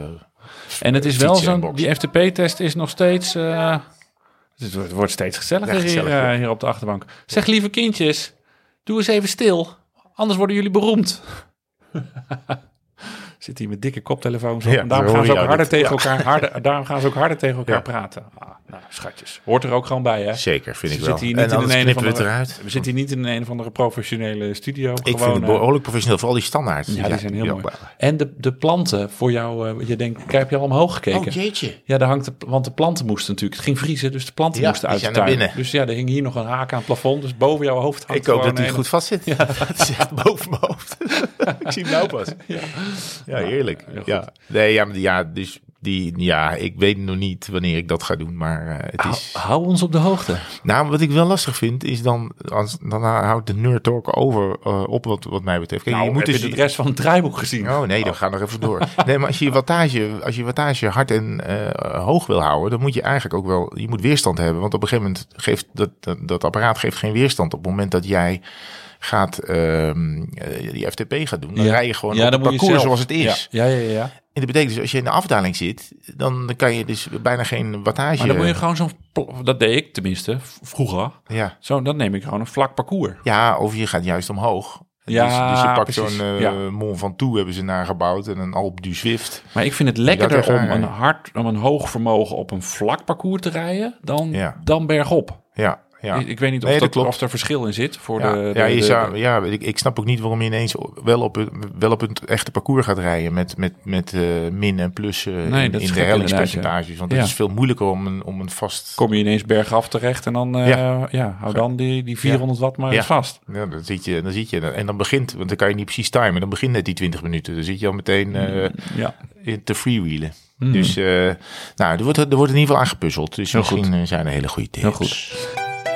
En het is wel zo'n... Die F T P-test is nog steeds... Uh, het wordt steeds gezelliger, ja, gezellig, hier, uh, hier op de achterbank. Zeg, lieve kindjes, doe eens even stil. Anders worden jullie beroemd. Zit hier met dikke koptelefoons op. Ja, en daarom gaan ze ook harder tegen ja. elkaar, harder, daarom gaan ze ook harder tegen elkaar ja. praten. Ah, nou, schatjes. Hoort er ook gewoon bij, hè? Zeker, vind dus ik wel. Hier niet en in een we het eruit. We zitten hier niet in een of andere professionele studio. Ik gewoon, vind het behoorlijk professioneel, vooral die standaards. Ja, die, die zijn heel mooi. En de, de planten voor jou, uh, je denkt, kijk, heb je al omhoog gekeken? Oh, jeetje. Ja, daar hangt de, want de planten moesten natuurlijk, het ging vriezen, dus de planten ja, moesten uit de tuin. Binnen. Dus ja, er hing hier nog een haak aan het plafond, dus boven jouw hoofd hangt. Ik hoop dat die goed vast zit. Ja, het zit boven mijn hoofd. Ik zie hem nou pas. Ja, ja heerlijk. Ja. Nee, ja, ja, dus die, ja, ik weet nog niet wanneer ik dat ga doen, maar uh, het is... Hou, hou ons op de hoogte. Nou, wat ik wel lastig vind, is dan, als, dan houdt de nerd talk over uh, op wat, wat mij betreft. Kijk, nou, je moet heb dus je de rest van het draaiboek gezien? Oh nee, dan oh. ga nog even door. Nee, maar als je wattage, als je wattage hard en uh, hoog wil houden, dan moet je eigenlijk ook wel, je moet weerstand hebben, want op een gegeven moment geeft dat, dat, dat apparaat geeft geen weerstand op het moment dat jij gaat uh, die F T P gaat doen, dan ja. rij je gewoon ja, op het parcours zoals het is. Ja, ja, ja. ja. En dat betekent dus, als je in de afdaling zit, dan kan je dus bijna geen wattage... Maar dan moet je gewoon zo'n... Dat deed ik tenminste, vroeger. Ja. Zo, dan neem ik gewoon een vlak parcours. Ja, of je gaat juist omhoog. Ja, dus, dus je pakt precies. zo'n uh, ja. Mont Ventoux hebben ze nagebouwd en een Alpe du Zwift. Maar ik vind het lekkerder om een hard, om een hoog vermogen op een vlak parcours te rijden dan, ja. dan bergop. Ja. Ja. Ik, ik weet niet of, nee, dat dat, of er verschil in zit. Voor ja, de, de, ja, je de, zou, de, ja ik, ik snap ook niet waarom je ineens wel op het, wel op het echte parcours gaat rijden met, met, met uh, min en plus uh, nee, in, in de hellingspercentages. Want ja. het is veel moeilijker om een, om een vast... Kom je ineens bergaf terecht en dan uh, ja. Ja, hou dan die, die vierhonderd ja. watt maar ja. eens vast. Ja, dan zit je, dan zit je en dan begint, want dan kan je niet precies timen. Dan begint net die twintig minuten. Dan zit je al meteen uh, ja. te freewheelen. Mm. Dus uh, nou, er wordt, er wordt in ieder geval aan gepuzzeld. Dus heel misschien goed. Zijn er hele goede tips. Heel goed.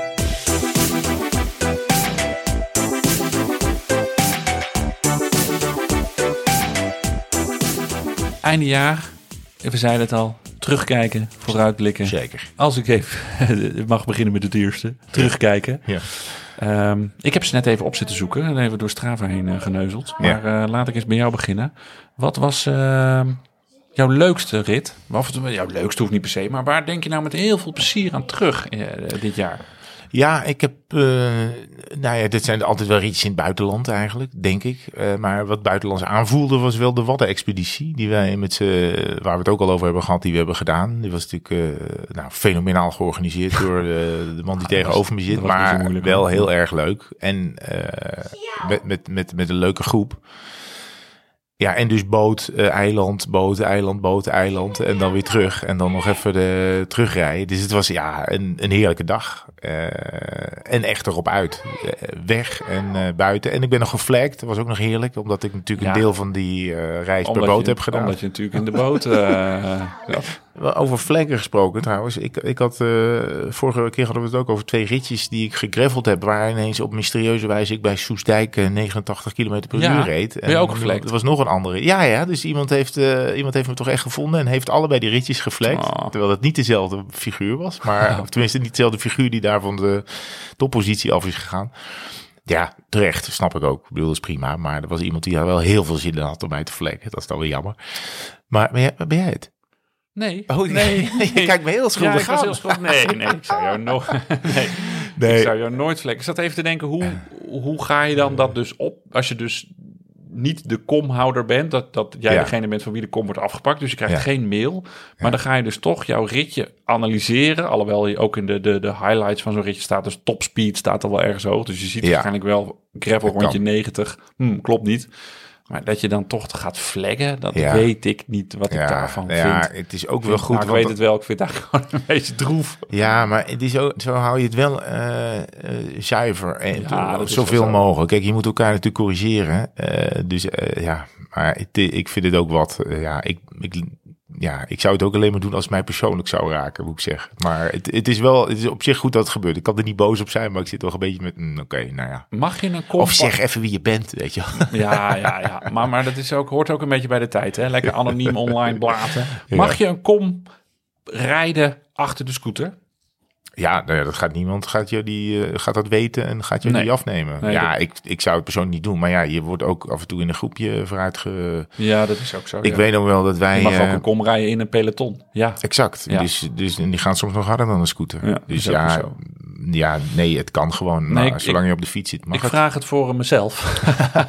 Einde jaar, we zeiden het al, terugkijken, vooruitblikken. Zeker. Als ik even mag beginnen met het eerste, terugkijken. Ja. Um, ik heb ze net even op zitten zoeken en even door Strava heen uh, geneuzeld. Maar ja. uh, laat ik eens bij jou beginnen. Wat was uh, jouw leukste rit? Of jouw leukste hoeft niet per se, maar waar denk je nou met heel veel plezier aan terug uh, dit jaar? Ja, ik heb, uh, nou ja, dit zijn altijd wel ritjes in het buitenland eigenlijk, denk ik. Uh, maar wat buitenlands aanvoelde was wel de Wadden-expeditie, die wij met z'n, waar we het ook al over hebben gehad, die we hebben gedaan. Die was natuurlijk uh, nou, fenomenaal georganiseerd door de, de man die ja, tegenover me zit, maar wel heel erg leuk. En uh, met, met, met, met een leuke groep. Ja, en dus boot, uh, eiland, boot, eiland, boot, eiland. En dan weer terug. En dan nog even de, terugrijden. Dus het was ja een, een heerlijke dag. Uh, en echt erop uit. Uh, weg en uh, buiten. En ik ben nog geflagd. Dat was ook nog heerlijk. Omdat ik natuurlijk ja. een deel van die uh, reis omdat per boot je, heb gedaan. Omdat je natuurlijk in de boot... Uh, ja. Over flaggen gesproken trouwens. Ik, ik had uh, vorige keer hadden we het ook over twee ritjes die ik gegraveld heb. Waar ineens op mysterieuze wijze ik bij Soestdijk uh, negenentachtig kilometer per ja, uur reed. En ben je ook geflagd? Er was nog een andere. Ja, ja. Dus iemand heeft, uh, iemand heeft me toch echt gevonden en heeft allebei die ritjes geflagd. Oh. Terwijl het niet dezelfde figuur was. Maar of tenminste niet dezelfde figuur die daar van de toppositie af is gegaan. Ja, terecht, snap ik ook. Ik bedoel, dat is prima. Maar er was iemand die daar wel heel veel zin in had om mij te flaggen. Dat is dan wel jammer. Maar ben jij, ben jij het? Nee. Oh, nee. Je kijkt me heel schuldig ja, ik was heel schuldig. Nee, nee, ik zou jou nooit... Nee. nee. Ik zou jou nooit vlekken. Ik zat even te denken, hoe, hoe ga je dan dat dus op... Als je dus niet de komhouder bent, dat, dat jij ja. degene bent van wie de kom wordt afgepakt. Dus je krijgt ja. geen mail. Maar ja. dan ga je dus toch jouw ritje analyseren. Alhoewel je ook in de, de, de highlights van zo'n ritje staat. Dus topspeed staat al wel ergens hoog. Dus je ziet ja. waarschijnlijk wel gravel rondje negentig. Hm, klopt niet. Maar dat je dan toch gaat flaggen, dat ja. weet ik niet wat ik ja, daarvan ja, vind. Het is ook wel goed. Nou, ik weet het wel, ik vind het eigenlijk gewoon een beetje droef. Ja, maar het is ook, zo hou je het wel uh, uh, zuiver en ja, zoveel zo. mogelijk. Kijk, je moet elkaar natuurlijk corrigeren. Uh, dus uh, ja, maar het, ik vind het ook wat. Uh, ja, ik, ik, ja, ik zou het ook alleen maar doen als het mij persoonlijk zou raken, moet ik zeggen. Maar het, het is wel, het is op zich goed dat het gebeurt. Ik kan er niet boos op zijn, maar ik zit toch een beetje met, mm, oké, okay, nou ja. Mag je een kompas... Of zeg even wie je bent, weet je wel. Ja, ja, ja. Maar, maar dat is ook, hoort ook een beetje bij de tijd, hè. Lekker anoniem online blaten. Mag ja. je een kom rijden achter de scooter? Ja, nou ja, dat gaat niemand gaat, je die, uh, gaat dat weten en gaat je nee. die afnemen. Nee, ja, dat... ik, ik zou het persoonlijk niet doen. Maar ja, je wordt ook af en toe in een groepje vooruit ge... Ja, dat is ook zo. Ik ja. weet nog wel dat wij... Je mag uh, ook een kom rijden in een peloton. Ja. Exact. Ja. Dus, dus, en die gaan soms nog harder dan een scooter. Ja, dus ja, zo. ja, nee, het kan gewoon. Nee, nou, ik, zolang je op de fiets zit, mag Ik het. vraag het voor mezelf.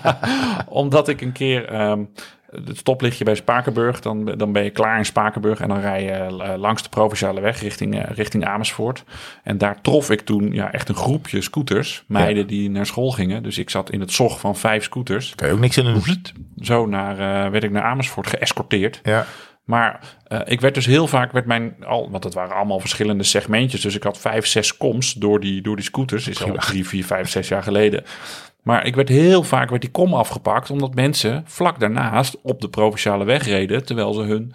Omdat ik een keer... Um, het stoplichtje bij Spakenburg, dan, dan ben je klaar in Spakenburg en dan rij je uh, langs de Provinciale weg richting, uh, richting Amersfoort. En daar trof ik toen ja, echt een groepje scooters, meiden ja. die naar school gingen. Dus ik zat in het zog van vijf scooters. Kan je ook niks in doen? Zo naar, uh, werd ik naar Amersfoort geëscorteerd. Ja. Maar uh, ik werd dus heel vaak, werd mijn, al, want het waren allemaal verschillende segmentjes. Dus ik had vijf, zes koms door die, door die scooters. Is al drie, vier, vijf, zes jaar geleden. Maar ik werd heel vaak werd die kom afgepakt, omdat mensen vlak daarnaast op de Provinciale weg reden, terwijl ze hun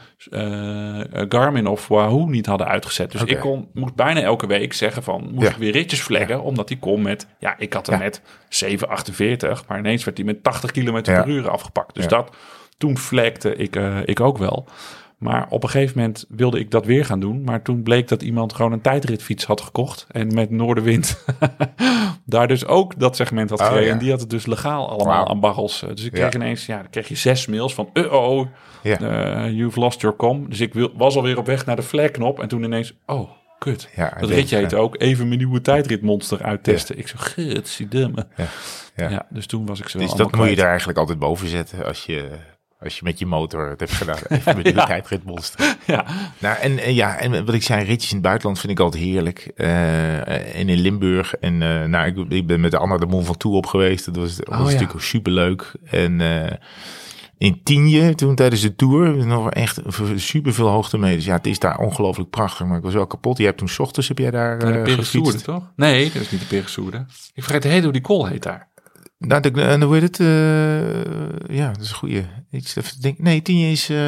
uh, Garmin of Wahoo niet hadden uitgezet. Dus okay. ik kon, moest bijna elke week zeggen van, moest ja. ik weer ritjes flaggen, ja. omdat die kom met, ja, ik had er ja. met zeven achtenveertig, maar ineens werd die met tachtig kilometer ja. per uur afgepakt. Dus ja. dat, toen flagde ik, uh, ik ook wel. Maar op een gegeven moment wilde ik dat weer gaan doen. Maar toen bleek dat iemand gewoon een tijdritfiets had gekocht. En met noordenwind daar dus ook dat segment had gereden. Oh, ja. En die had het dus legaal allemaal wow. aan barrels. Dus ik kreeg ja. ineens, ja, dan kreeg je zes mails van... Uh-oh, ja. uh, you've lost your com. Dus ik wil, was alweer op weg naar de flagknop. En toen ineens, oh, kut. Ja, dat ritje heette ja. ook even mijn nieuwe tijdritmonster uittesten. Ja. Ik zo, gutsidemme. Ja. Ja. ja, dus toen was ik zo. Dus dat moet je er eigenlijk altijd boven zetten als je... Als je met je motor het hebt gedaan. Even met de ja. tijdritmonster. Ja. Nou, en, en ja, en wat ik zei, ritjes in het buitenland vind ik altijd heerlijk. Uh, en in Limburg. En uh, nou, ik, ik ben met de Anna de Mont Ventoux op geweest. Dat was, dat was oh, natuurlijk ja. superleuk. En uh, in Tienje, toen tijdens de tour, nog echt super veel hoogtemeters. Ja, het is daar ongelooflijk prachtig, maar ik was wel kapot. Je hebt toen 's ochtends, heb jij daar uh, de gefietst? Toch? Nee, dat is niet de Peresourde. Ik vergeet de hele hoe die kool heet daar. Nou, de, en hoe heet het? Uh, ja, dat is een goeie. Iets even denken. Nee, Tienje is uh,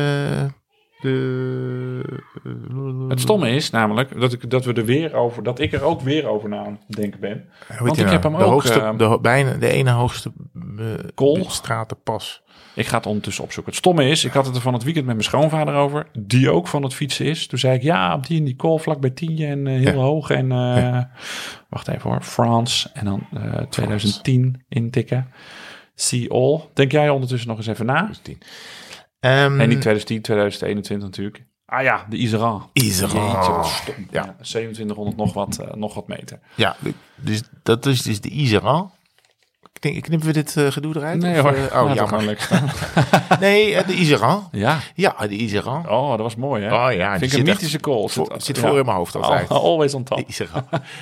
de. Uh, het stomme is namelijk dat ik dat we er weer over, dat ik er ook weer over na aan het denken ben. Want ik nou? heb hem de ook. Hoogste, uh, de, bijna de ene hoogste uh, stratenpas. Ik ga het ondertussen opzoeken. Het stomme is, ik had het er van het weekend met mijn schoonvader over, die ook van het fietsen is. Toen zei ik, ja, op die en die kool vlak bij Tienje en uh, heel ja. hoog. En uh, ja. wacht even hoor, France en dan uh, twintig tien intikken. See all. Denk jij ondertussen nog eens even na? twintig tien. Um, en niet twintig tien, twintig eenentwintig natuurlijk. Ah ja, de Iseran. Iseran. Ja. ja, zevenentwintighonderd nog wat, uh, nog wat meter. Ja, dus dat is dus de Iseran. Knippen we dit uh, gedoe eruit? Nee of, hoor. Uh, oh, jammer. nee, uh, de Iseran. Ja. Ja, de Iseran. Oh, dat was mooi hè? Oh ja. Vind ik een mythische call. Voor, het zit voor ja. in mijn hoofd altijd. Always on top. De Iseran.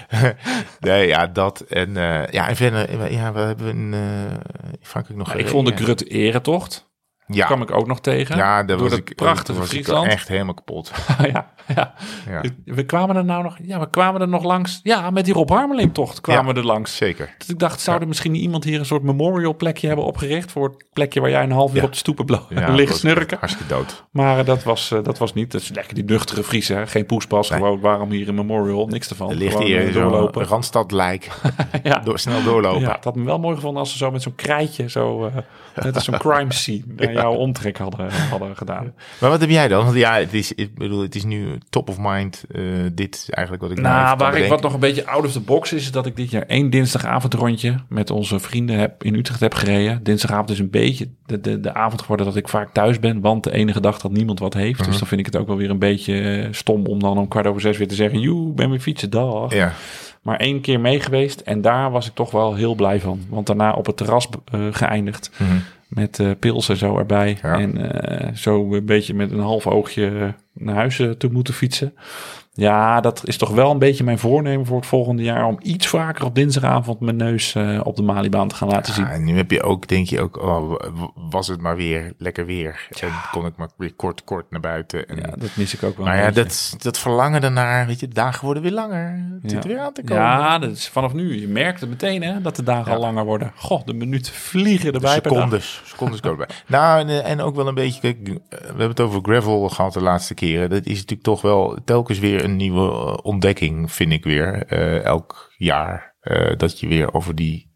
nee, ja, dat. En uh, ja, en verder, ja, we hebben een, uh, Frankrijk nog ja, ik vond de Grutte Erentocht. Ja. Kwam ik ook nog tegen. Ja, dat door was het ik, prachtige was Friesland. Ik echt helemaal kapot. ja, ja. ja. We kwamen er nou nog. Ja, we kwamen er nog langs. Ja, met die Rob Harmeling tocht kwamen ja, we er langs. Zeker. Dus ik dacht, zou er ja. misschien iemand hier een soort memorial plekje hebben opgericht voor het plekje waar jij een half uur ja. op de stoepen blo- ja, liggen snurken. Hartstikke dood. Maar uh, dat was uh, dat was niet. Dat is lekker die nuchtere Friese, geen poespas. Nee. Gewoon waarom hier een memorial, niks ervan. Er ligt hier zo'n Randstad-lijk. ja. Door, snel doorlopen. Ja, het had me wel mooi gevonden als ze zo met zo'n krijtje zo uh, net als zo'n crime scene naar ja. jouw omtrek hadden, hadden gedaan. Maar wat heb jij dan? Want ja, het is, ik bedoel, het is nu top of mind. Uh, dit is eigenlijk wat ik nou, nou waar ik wat nog een beetje out of the box is, is dat ik dit jaar één dinsdagavondrondje met onze vrienden heb, in Utrecht heb gereden. Dinsdagavond is een beetje de, de, de avond geworden dat ik vaak thuis ben, want de enige dag dat niemand wat heeft. Uh-huh. Dus dan vind ik het ook wel weer een beetje stom om dan om kwart over zes weer te zeggen, joe, ben weer fietsen, dag. Ja. Maar één keer mee geweest en daar was ik toch wel heel blij van. Want daarna op het terras uh, geëindigd. Uh-huh. Met uh, pils en zo erbij. Ja. En uh, zo een beetje met een half oogje naar huis uh, te moeten fietsen. Ja, dat is toch wel een beetje mijn voornemen voor het volgende jaar. Om iets vaker op dinsdagavond mijn neus uh, op de Malibaan te gaan laten ja, zien. En nu heb je ook, denk je ook, oh, was het maar weer lekker weer. Ja. En kon ik maar weer kort, kort naar buiten. En, ja, dat mis ik ook wel. Maar ja, dat, dat verlangen daarnaar, weet je, de dagen worden weer langer. Het ja. zit weer aan te komen. Ja, dat is vanaf nu. Je merkt het meteen hè, dat de dagen ja. al langer worden. Goh, de minuten vliegen erbij. De secondes, secondes komen erbij. Nou, en, en ook wel een beetje, kijk, we hebben het over gravel gehad de laatste keren. Dat is natuurlijk toch wel telkens weer een nieuwe ontdekking, vind ik weer. Uh, elk jaar uh, dat je weer over die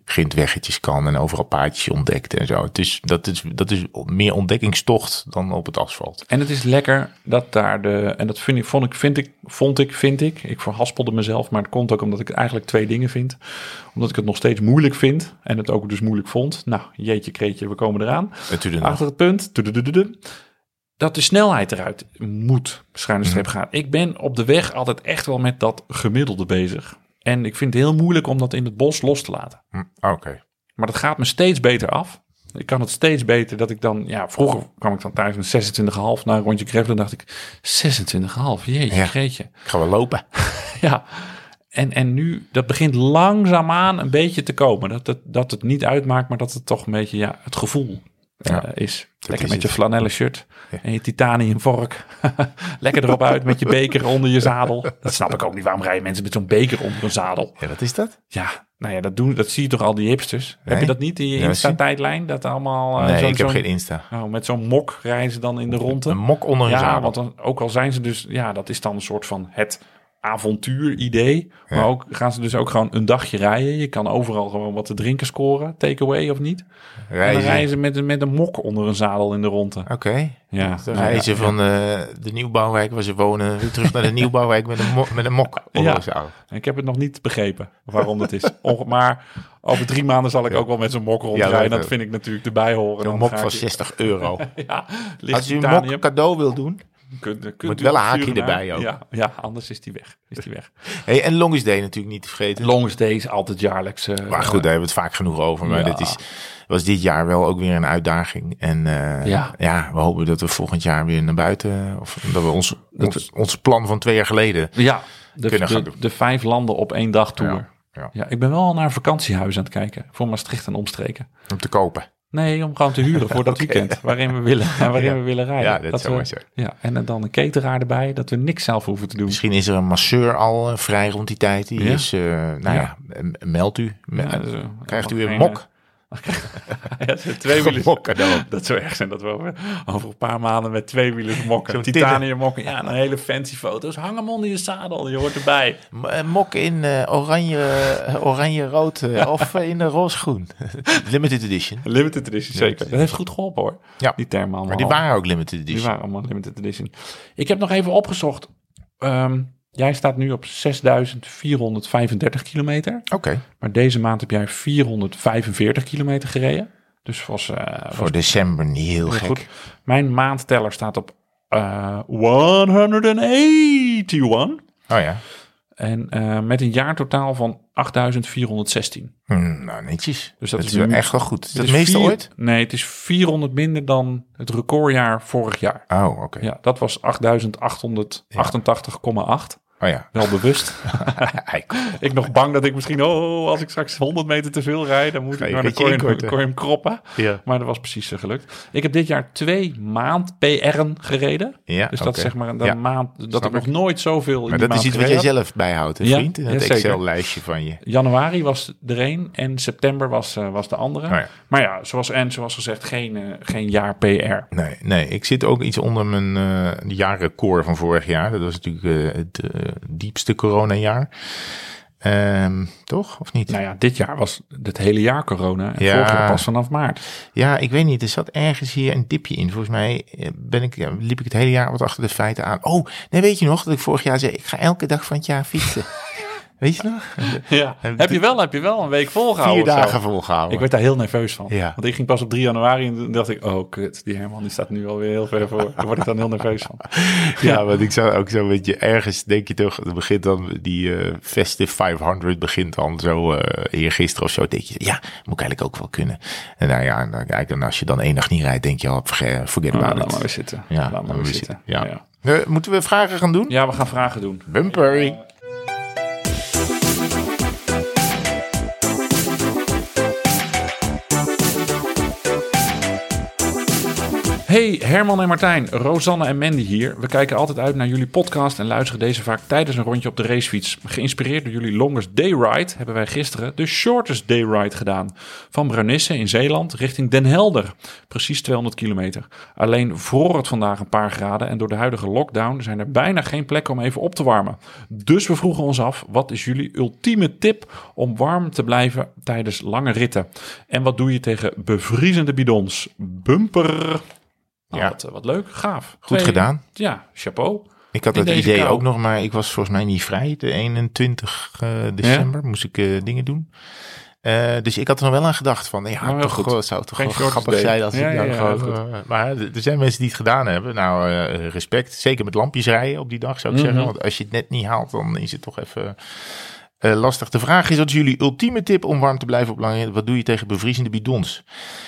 grindweggetjes kan en overal paadjes ontdekt en zo. Het is, dat, is, dat is meer ontdekkingstocht dan op het asfalt. En het is lekker dat daar de... En dat vind ik, vond ik, vind ik, vond ik, vind ik. Ik verhaspelde mezelf, maar het komt ook omdat ik eigenlijk twee dingen vind. Omdat ik het nog steeds moeilijk vind en het ook dus moeilijk vond. Nou, jeetje kreetje, we komen eraan. Natuurlijk Achter het punt... dat de snelheid eruit moet, schuine streep Mm. gaan. Ik ben op de weg altijd echt wel met dat gemiddelde bezig. En ik vind het heel moeilijk om dat in het bos los te laten. Mm, Oké. Okay. Maar dat gaat me steeds beter af. Ik kan het steeds beter dat ik dan... Ja, vroeger kwam ik dan thuis met zesentwintig komma vijf naar een rondje gravelen. Dan dacht ik, zesentwintig komma vijf, jeetje, Ja. greetje. Ik ga wel lopen. Ja, en, en nu, dat begint langzaamaan een beetje te komen. Dat het, dat het niet uitmaakt, maar dat het toch een beetje, ja, het gevoel Ja, uh, is. Lekker is met je het. flanellen shirt Ja. en je titanium vork. Lekker erop uit met je beker onder je zadel. Dat snap ik ook niet. Waarom rijden mensen met zo'n beker onder een zadel? Ja, wat is dat? Ja, nou ja, dat, doen, dat zie je toch al die hipsters. Nee. Heb je dat niet in je Ja, Insta-tijdlijn? Dat allemaal... Uh, nee, zo'n, ik heb zo'n, geen Insta. Oh, met zo'n mok rijden ze dan in de ronde. Een mok onder een Ja, zadel. want dan, ook al zijn ze dus... Ja, dat is dan een soort van het avontuuridee. Maar Ja. ook gaan ze dus ook gewoon een dagje rijden. Je kan overal gewoon wat te drinken scoren. Takeaway of niet. En dan Reizen. rijden ze met, een- met een mok onder een zadel in de ronde. Oké. Ja, Dan nou reizen ja, van uh, de nieuwbouwwijk waar ze wonen weer terug naar de nieuwbouwwijk met een, mo- met een mok onder Ja. een zadel. Ik heb het nog niet begrepen waarom dat is. Onge- maar over drie maanden zal ik Ja. ook wel met zo'n mok rondrijden. Ja, dat- dat vind ik natuurlijk erbij horen. Een Dan mok ga van ik- zestig euro. Ja, ligt Als u een titanium. mok cadeau wil doen. Kunt, kunt Moet u wel een opsturen haakje naar- erbij ook. Ja, ja, anders is die weg. Is die weg. Hey, en Longest Day natuurlijk niet te vergeten. Longest Day is altijd jaarlijks. Uh, Maar goed, daar hebben we het vaak genoeg over. Maar Ja. dit is, was dit jaar wel ook weer een uitdaging. En uh, Ja. ja. we hopen dat we volgend jaar weer naar buiten... of dat we ons, Dat ons, ons plan van twee jaar geleden... Ja, de, kunnen gaan de, doen. de vijf landen op één dag tour. Ja, Ja, ja. ik ben wel naar een vakantiehuis aan het kijken. Voor Maastricht en omstreken. Om te kopen. Nee, om gewoon te huren voor dat Oké. weekend. Waarin we willen, waarin Ja. we willen rijden. Ja, dat zou we, mooi zijn. Ja, en dan een cateraar erbij. Dat we niks zelf hoeven te doen. Misschien is er een masseur al uh, vrij rond die tijd. Die Ja. is, uh, nou ja, Ja. m- meld u. Ja, dus, uh, Krijgt mag u een geen, mok. Ja, zo twee Een wielers. mok cadeau. Dat zou erg zijn dat we over, over een paar maanden met twee wielers mokken. Zo'n Titanium mokken. Ja, een hele fancy foto's. Hang hem onder je zadel. Je hoort erbij. M- uh, Mok in uh, oranje, uh, oranje-rood uh, of uh, in de roze-groen. Limited edition. Limited edition, zeker. Dat heeft goed geholpen hoor. Ja. Die termen allemaal. Maar die waren ook limited Die edition. waren allemaal limited edition. Ik heb nog even opgezocht. Um, jij staat nu op zesduizend vierhonderdvijfendertig kilometer. Oké. Maar deze maand heb jij vierhonderdvijfenveertig kilometer gereden. Dus was, uh, was Voor december niet heel heel gek. goed. Mijn maandteller staat op uh, honderdeenennegentig. Oh ja. En uh, met een jaartotaal van achtduizend vierhonderdzestien. Hmm, nou, netjes. Dus dat, dat is is wel nu- echt wel goed. Is dat Het het meeste vier- ooit? Nee, het is vierhonderd minder dan het recordjaar vorig jaar. Oh, oké. Ja, dat was achtduizend achthonderdachtentachtig komma acht. Oh ja. Wel bewust. Eikel. Ik nog bang dat ik misschien, oh, als ik straks honderd meter te veel rijd, dan moet Ga ik je naar de een beetje kon je, inkorten. kon je hem kroppen. Ja. Maar dat was precies uh, gelukt. Ik heb dit jaar twee maand P R'en gereden. Ja, Dus dat oké. is zeg maar een Ja. maand, dat Snap ik nog ik. nooit zoveel in Maar die dat is maand iets wat jij gereden had. zelf bijhoudt, hè, Ja, vriend? ja, Het zeker. Excel-lijstje van je. Januari was er een en september was, uh, was de andere. Oh ja. Maar ja, zoals, en zoals gezegd, geen, uh, geen jaar P R. Nee, nee, ik zit ook iets onder mijn uh, jaarrecord van vorig jaar. Dat was natuurlijk uh, het uh, diepste coronajaar. Um, toch? Of niet? Nou ja, dit jaar was het hele jaar corona. En Ja. vorig jaar pas vanaf maart. Ja, ik weet niet. Er zat ergens hier een dipje in. Volgens mij ben ik, ja, liep ik het hele jaar wat achter de feiten aan. Oh, nee, weet je nog dat ik vorig jaar zei, ik ga elke dag van het jaar fietsen. Weet je nog? Ja. Heb je wel, heb je wel een week volgehouden? Vier of zo? dagen volgehouden. Ik werd daar heel nerveus van. Ja. Want ik ging pas op drie januari en toen dacht ik, oh kut, die Herman die staat nu alweer heel ver voor. Daar word ik dan heel nerveus van. Ja, want ik zou ook zo'n beetje ergens, denk je toch, het begint dan, die uh, Festive vijfhonderd begint dan zo, uh, eergisteren of zo, denk je, ja, moet ik eigenlijk ook wel kunnen. En nou ja, dan, kijk, en als je dan één dag niet rijdt, denk je al, forget, forget Oh, about laat it. maar weer zitten. Ja, laat maar weer zitten. Ja. Ja. Uh, moeten we vragen gaan doen? Ja, we gaan vragen doen. Bumper. Hey Herman en Martijn, Rosanne en Mandy hier. We kijken altijd uit naar jullie podcast en luisteren deze vaak tijdens een rondje op de racefiets. Geïnspireerd door jullie longest day ride hebben wij gisteren de shortest day ride gedaan. Van Brunisse in Zeeland richting Den Helder. Precies tweehonderd kilometer. Alleen voor het vandaag een paar graden en door de huidige lockdown zijn er bijna geen plekken om even op te warmen. Dus we vroegen ons af, wat is jullie ultieme tip om warm te blijven tijdens lange ritten? En wat doe je tegen bevriezende bidons? Bumper! Nou, Ja. wat, wat leuk, gaaf. Goed Twee- gedaan. Ja, chapeau. Ik had In het deze idee kou. ook nog, maar ik was volgens mij niet vrij. De eenentwintig december moest ik uh, dingen doen. Uh, dus ik had er nog wel aan gedacht van, ja, Nou, heel toch, goed. goh, het zou toch Geen wel shortest grappig day. zijn als Ja, ik nou ja, ja, gewoon... heel uh, maar er zijn mensen die het gedaan hebben. Nou, uh, respect. Zeker met lampjes rijden op die dag, zou ik Mhm. zeggen. Want als je het net niet haalt, dan is het toch even uh, lastig. De vraag is, wat is jullie ultieme tip om warm te blijven op lange... Wat doe je tegen bevriezende bidons?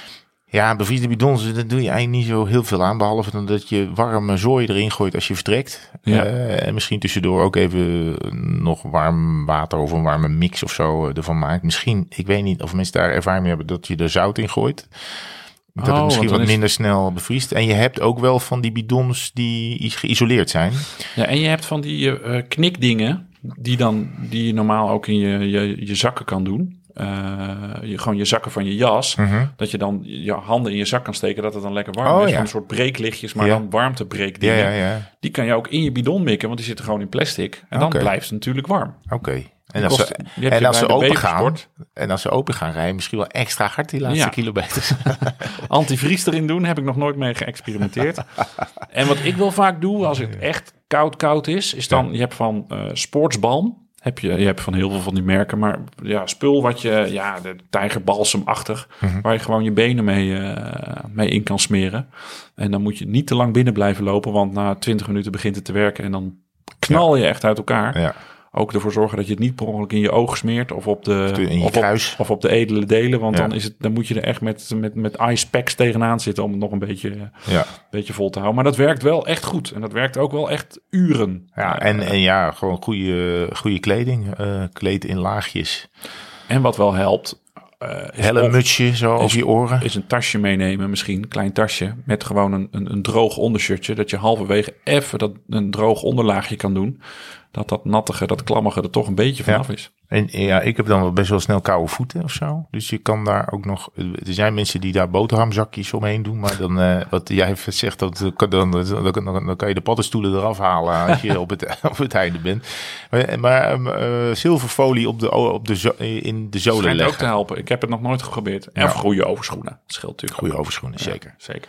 Ja, bevriezende bidons, daar doe je eigenlijk niet zo heel veel aan. Behalve dan dat je warme zooi erin gooit als je vertrekt. Ja. Uh, en misschien tussendoor ook even nog warm water of een warme mix of zo uh, ervan maakt. Misschien, ik weet niet of mensen daar ervaring mee hebben dat je er zout in gooit. Dat Oh, het misschien want dan wat is- minder snel bevriest. En je hebt ook wel van die bidons die geïsoleerd zijn. Ja, en je hebt van die uh, knikdingen die, dan, die je normaal ook in je, je, je zakken kan doen. Uh, je, gewoon je zakken van je jas. Mm-hmm. Dat je dan je handen in je zak kan steken, dat het dan lekker warm Oh, is. ja. Van een soort breeklichtjes, maar Ja. dan warmtebreekdingen. Ja, ja, ja. Die kan je ook in je bidon mikken, want die zitten gewoon in plastic. En dan Oké. blijft het natuurlijk warm. Oké. Okay. En Die als kost- ze, die heb je en als bij ze de open gaan, Beversport. en als ze open gaan rijden, misschien wel extra hard die laatste Ja. kilometers. Antivries erin doen, heb ik nog nooit mee geëxperimenteerd. En wat ik wel vaak doe, als het echt koud koud is, is dan, je hebt van uh, Sportsbalm. Heb je, je hebt van heel veel van die merken, maar ja, spul wat je, ja, de tijgerbalsemachtig, Mm-hmm. waar je gewoon je benen mee, uh, mee in kan smeren. En dan moet je niet te lang binnen blijven lopen, want na twintig minuten begint het te werken en dan knal je echt uit elkaar. Ja. Ook ervoor zorgen dat je het niet per ongeluk in je oog smeert of op de, In je of op, kruis. of op de edele delen, want Ja. dan, is het, dan moet je er echt met, met, met ice packs tegenaan zitten om het nog een beetje, Ja. beetje vol te houden. Maar dat werkt wel echt goed en dat werkt ook wel echt uren. Ja, Uh, en, en ja, gewoon goede, goede kleding. Uh, kleed in laagjes. En wat wel helpt, uh, is, Helle of- mutsje zo is- over je oren. is een tasje meenemen, misschien een klein tasje, met gewoon een, een, een droog ondershirtje, dat je halverwege even dat, een droog onderlaagje kan doen. Dat dat nattige, dat klammige er toch een beetje vanaf Ja. is. En ja, ik heb dan wel best wel snel koude voeten of zo. Dus je kan daar ook nog... Er zijn mensen die daar boterhamzakjes omheen doen. Maar dan, uh, wat jij even zegt, dat, dan, dan, dan, dan, dan kan je de paddenstoelen eraf halen als je op het, op het einde bent. Maar, maar um, uh, zilverfolie op de, op de zo, in de zolen Schijnt ook leggen. te helpen. Ik heb het nog nooit geprobeerd. En Ja. of goede overschoenen. Dat scheelt natuurlijk Goede ook. overschoenen, Ja, zeker. zeker.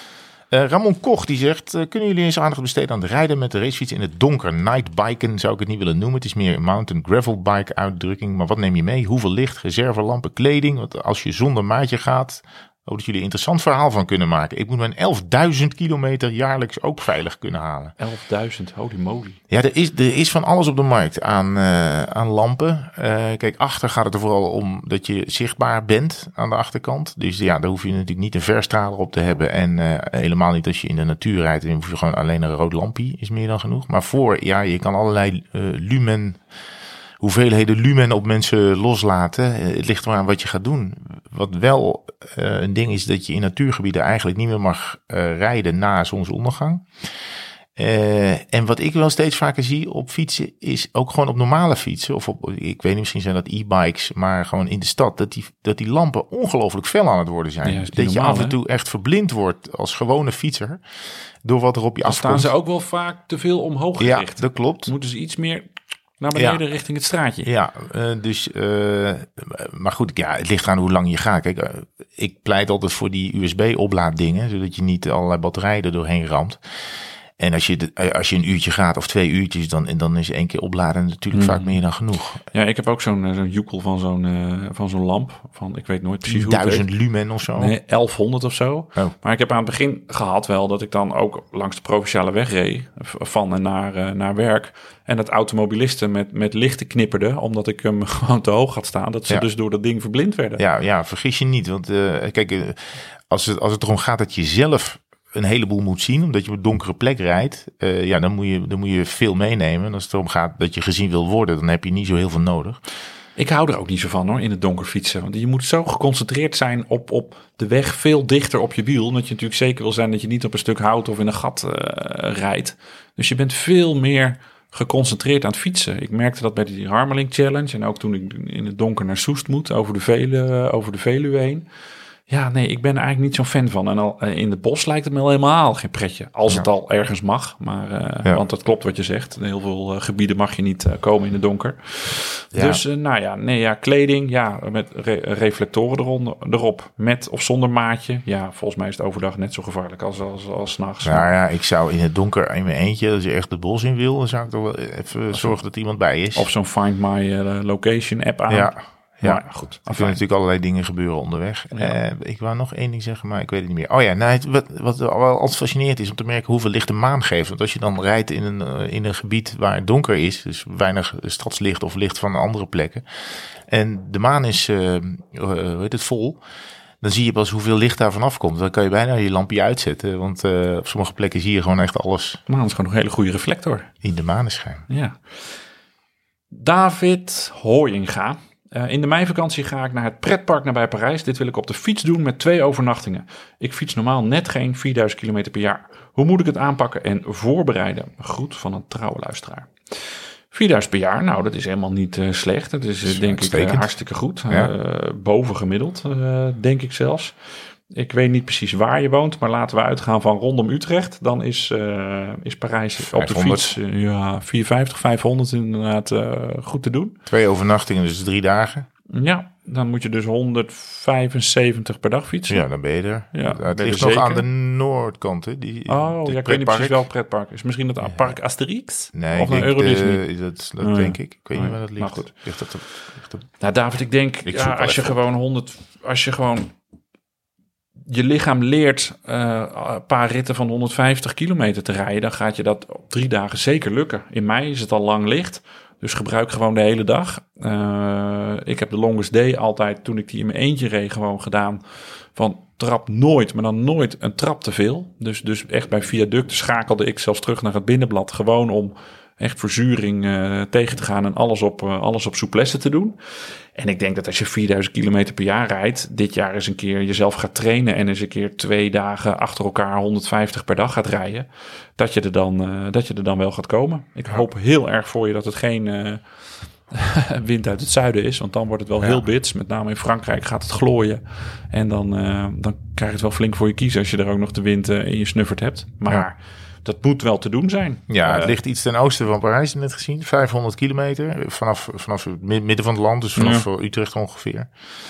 Uh, Ramon Koch die zegt, uh, kunnen jullie eens aandacht besteden aan het rijden met de racefiets in het donker? Nightbiken zou ik het niet willen noemen. Het is meer een mountain gravel bike uitdrukking. Maar wat neem je mee? Hoeveel licht, reservelampen, kleding? Want als je zonder maatje gaat, hoop dat jullie een interessant verhaal van kunnen maken. Ik moet mijn elfduizend kilometer jaarlijks ook veilig kunnen halen. elfduizend, holy moly. Ja, er is, er is van alles op de markt aan, uh, aan lampen. Uh, kijk, achter gaat het er vooral om dat je zichtbaar bent aan de achterkant. Dus ja, daar hoef je natuurlijk niet een verstraler op te hebben. En uh, helemaal niet als je in de natuur rijdt. Dan hoef je gewoon alleen een rood lampje, is meer dan genoeg. Maar voor, ja, je kan allerlei uh, lumen... hoeveelheden lumen op mensen loslaten. Het ligt er maar aan wat je gaat doen. Wat wel uh, een ding is dat je in natuurgebieden eigenlijk niet meer mag uh, rijden na zonsondergang. Uh, en wat ik wel steeds vaker zie op fietsen is ook gewoon op normale fietsen. Of op, ik weet niet, misschien zijn dat e-bikes, maar gewoon in de stad. Dat die, dat die lampen ongelooflijk fel aan het worden zijn. Ja, is niet dat je normaal, af en hè? toe echt verblind wordt als gewone fietser. Door wat er op je Dan afkomt. staan ze ook wel vaak te veel omhoog Ja, gericht. dat klopt. Moeten ze iets meer naar beneden Ja. richting het straatje. Ja, uh, dus, uh, maar goed, ja, het ligt aan hoe lang je gaat. Kijk, uh, ik pleit altijd voor die U S B-oplaaddingen, zodat je niet allerlei batterijen er doorheen ramt. En als je, de, als je een uurtje gaat of twee uurtjes, dan, dan is één keer opladen natuurlijk Hmm. vaak meer dan genoeg. Ja, ik heb ook zo'n zo'n joekel van zo'n uh, van zo'n lamp. Van, ik weet nooit precies hoe het Duizend heet. lumen of zo. Nee, elfhonderd of zo. Oh. Maar ik heb aan het begin gehad wel dat ik dan ook langs de provinciale weg reed. Van en naar, uh, naar werk. En dat automobilisten met, met lichten knipperden. Omdat ik hem gewoon te hoog had staan. Dat ze Ja. dus door dat ding verblind werden. Ja, ja, vergis je niet. Want uh, kijk, uh, als, het, als het erom gaat dat je zelf een heleboel moet zien, omdat je op een donkere plek rijdt, uh, ja, dan moet je, dan moet je veel meenemen. En als het erom gaat dat je gezien wil worden, dan heb je niet zo heel veel nodig. Ik hou er ook niet zo van hoor, in het donker fietsen. Want je moet zo geconcentreerd zijn op, op de weg veel dichter op je wiel. Omdat je natuurlijk zeker wil zijn dat je niet op een stuk hout of in een gat uh, rijdt. Dus je bent veel meer geconcentreerd aan het fietsen. Ik merkte dat bij die Harmeling Challenge. En ook toen ik in het donker naar Soest moet, over de Veluwe, over de Veluwe heen. Ja, nee, ik ben er eigenlijk niet zo'n fan van. En al, in het bos lijkt het me helemaal geen pretje. Als ja. het al ergens mag. Maar, uh, ja. Want dat klopt wat je zegt. In heel veel uh, gebieden mag je niet uh, komen in het donker. Ja. Dus, uh, nou ja, nee, ja, kleding. Ja, met re- reflectoren eronder, erop. Met of zonder maatje. Ja, volgens mij is het overdag net zo gevaarlijk als, als, als 's nachts. Nou ja, ik zou in het donker in mijn eentje, als je echt het bos in wil, dan zou ik toch wel even of zorgen dat iemand bij is. Of zo'n Find My uh, Location app aan. Ja. Ja, maar goed. Er kunnen natuurlijk allerlei dingen gebeuren onderweg. Ja. Uh, ik wou nog één ding zeggen, maar ik weet het niet meer. Oh ja, nou, het, wat, wat wel altijd fascinerend is om te merken hoeveel licht de maan geeft. Want als je dan rijdt in een, uh, in een gebied waar het donker is, dus weinig stadslicht of licht van andere plekken, en de maan is uh, hoe heet het, vol, dan zie je pas hoeveel licht daar vanaf komt. Dan kan je bijna je lampje uitzetten, want uh, op sommige plekken zie je gewoon echt alles. De maan is gewoon een hele goede reflector. In de maneschijn. Ja. David Hooyinga. Uh, in de meivakantie ga ik naar het pretpark nabij Parijs. Dit wil ik op de fiets doen met twee overnachtingen. Ik fiets normaal net geen vierduizend kilometer per jaar. Hoe moet ik het aanpakken en voorbereiden? Groet van een trouwe luisteraar. vierduizend per jaar, nou dat is helemaal niet uh, slecht. Dat is uh, denk ik uh, hartstikke goed. Ja. Uh, boven gemiddeld, uh, denk ik zelfs. Ik weet niet precies waar je woont, maar laten we uitgaan van rondom Utrecht. Dan is, uh, is Parijs vijfhonderd op de fiets uh, ja, vierhonderdvijftig, vijfhonderd inderdaad uh, goed te doen. Twee overnachtingen, dus drie dagen. Ja, dan moet je dus honderdvijfenzeventig per dag fietsen. Ja, dan ben je er. Ja, het ligt nog zeker aan de noordkant. Hè? Die, oh, ja, ik weet niet precies welk pretpark. Is misschien het ja. park Asterix? Nee, of naar Euro Disney? Dat, dat oh, denk ik. Ik weet oh, niet waar dat ligt. Maar goed. Ligt dat op, ligt op... Nou, David, ik denk, ik ja, als je gewoon honderd... Als je gewoon... je lichaam leert uh, een paar ritten van honderdvijftig kilometer te rijden, dan gaat je dat op drie dagen zeker lukken. In mei is het al lang licht, dus gebruik gewoon de hele dag. Uh, ik heb de longest day altijd, toen ik die in mijn eentje reed, gewoon gedaan van trap nooit, maar dan nooit een trap te veel. Dus, dus echt bij viaducten schakelde ik zelfs terug naar het binnenblad, gewoon om echt verzuring uh, tegen te gaan en alles op, uh, alles op souplesse te doen. En ik denk dat als je vierduizend kilometer per jaar rijdt, dit jaar eens een keer jezelf gaat trainen en eens een keer twee dagen achter elkaar honderdvijftig per dag gaat rijden, dat je er dan, uh, dat je er dan wel gaat komen. Ik hoop heel erg voor je dat het geen uh, wind uit het zuiden is, want dan wordt het wel ja. heel bits. Met name in Frankrijk gaat het glooien en dan, uh, dan krijg je het wel flink voor je kiezen als je er ook nog de wind uh, in je snuffert hebt. Maar ja. dat moet wel te doen zijn. Ja, het uh, ligt iets ten oosten van Parijs, net gezien. vijfhonderd kilometer vanaf, vanaf het midden van het land, dus vanaf ja. Utrecht ongeveer.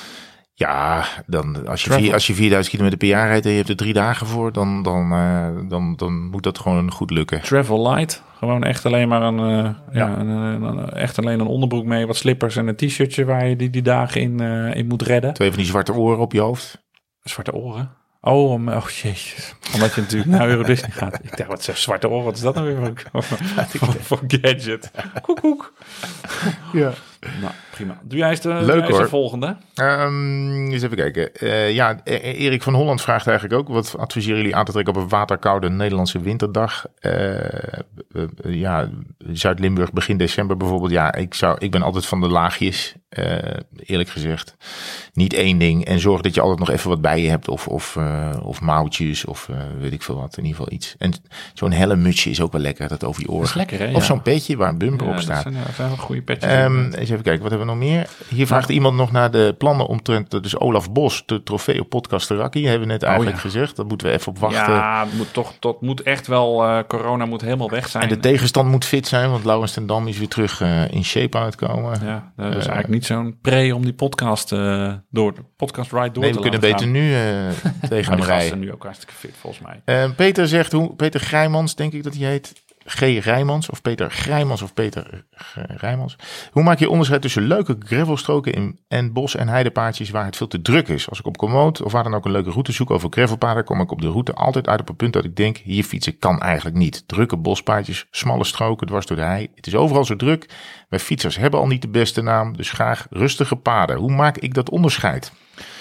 Ja, dan, als, je vier, als je vierduizend kilometer per jaar rijdt en je hebt er drie dagen voor, dan, dan, uh, dan, dan moet dat gewoon goed lukken. Travel light. Gewoon echt alleen maar een, uh, ja. Ja, een, een, een, echt alleen een onderbroek mee, wat slippers en een t-shirtje waar je die, die dagen in, uh, in moet redden. Twee van die zwarte oren op je hoofd. Zwarte oren? Oh, om, oh jezus. Omdat je natuurlijk naar Euro Disney gaat. Ik dacht, wat zegt zwarte oren? Wat is dat nou weer voor, voor gadget? Koek, koek. Ja. Nou, prima. Doe jij eens de, Leuk, jij eens de volgende? Um, eens even kijken. Uh, ja, Erik van Holland vraagt eigenlijk ook, wat adviseren jullie aan te trekken op een waterkoude Nederlandse winterdag? Uh, uh, ja, Zuid-Limburg begin december bijvoorbeeld. Ja, ik, zou, ik ben altijd van de laagjes, uh, eerlijk gezegd. Niet één ding. En zorg dat je altijd nog even wat bij je hebt. Of, of, uh, of mouwtjes of uh, weet ik veel wat. In ieder geval iets. En zo'n helmmutsje is ook wel lekker, dat over je oren. Dat is lekker, hè? Of ja. zo'n petje waar een bumper ja, op staat. Dat zijn, dat zijn wel goede petjes. Um, eens even kijken, wat hebben we nog meer? Hier vraagt ja. iemand nog naar de plannen omtrent, dus Olaf Bos, de trofee op podcast Terrakkie. Hebben we net eigenlijk oh, ja. gezegd. Dat moeten we even op wachten. Ja, het moet toch, dat moet echt wel, uh, corona moet helemaal weg zijn. En de tegenstand moet fit zijn, want Laurens ten Dam is weer terug uh, in shape aan het komen. Ja, dat is uh, eigenlijk niet zo'n pre om die podcast uh, door de podcast ride door nee, te we kunnen beter gaan. nu uh, tegen hem rijden. Zijn nu ook hartstikke fit, volgens mij. Uh, Peter zegt, hoe Peter Grijmans, denk ik dat hij heet. G. Rijmans of Peter Grijmans of Peter Rijmans. Hoe maak je onderscheid tussen leuke gravelstroken in, en bos- en heidepaadjes waar het veel te druk is? Als ik op Komoot of waar dan ook een leuke route zoek over gravelpaden, kom ik op de route altijd uit op een punt dat ik denk, hier fietsen kan eigenlijk niet. Drukke bospaadjes, smalle stroken dwars door de hei. Het is overal zo druk. Wij fietsers hebben al niet de beste naam, dus graag rustige paden. Hoe maak ik dat onderscheid?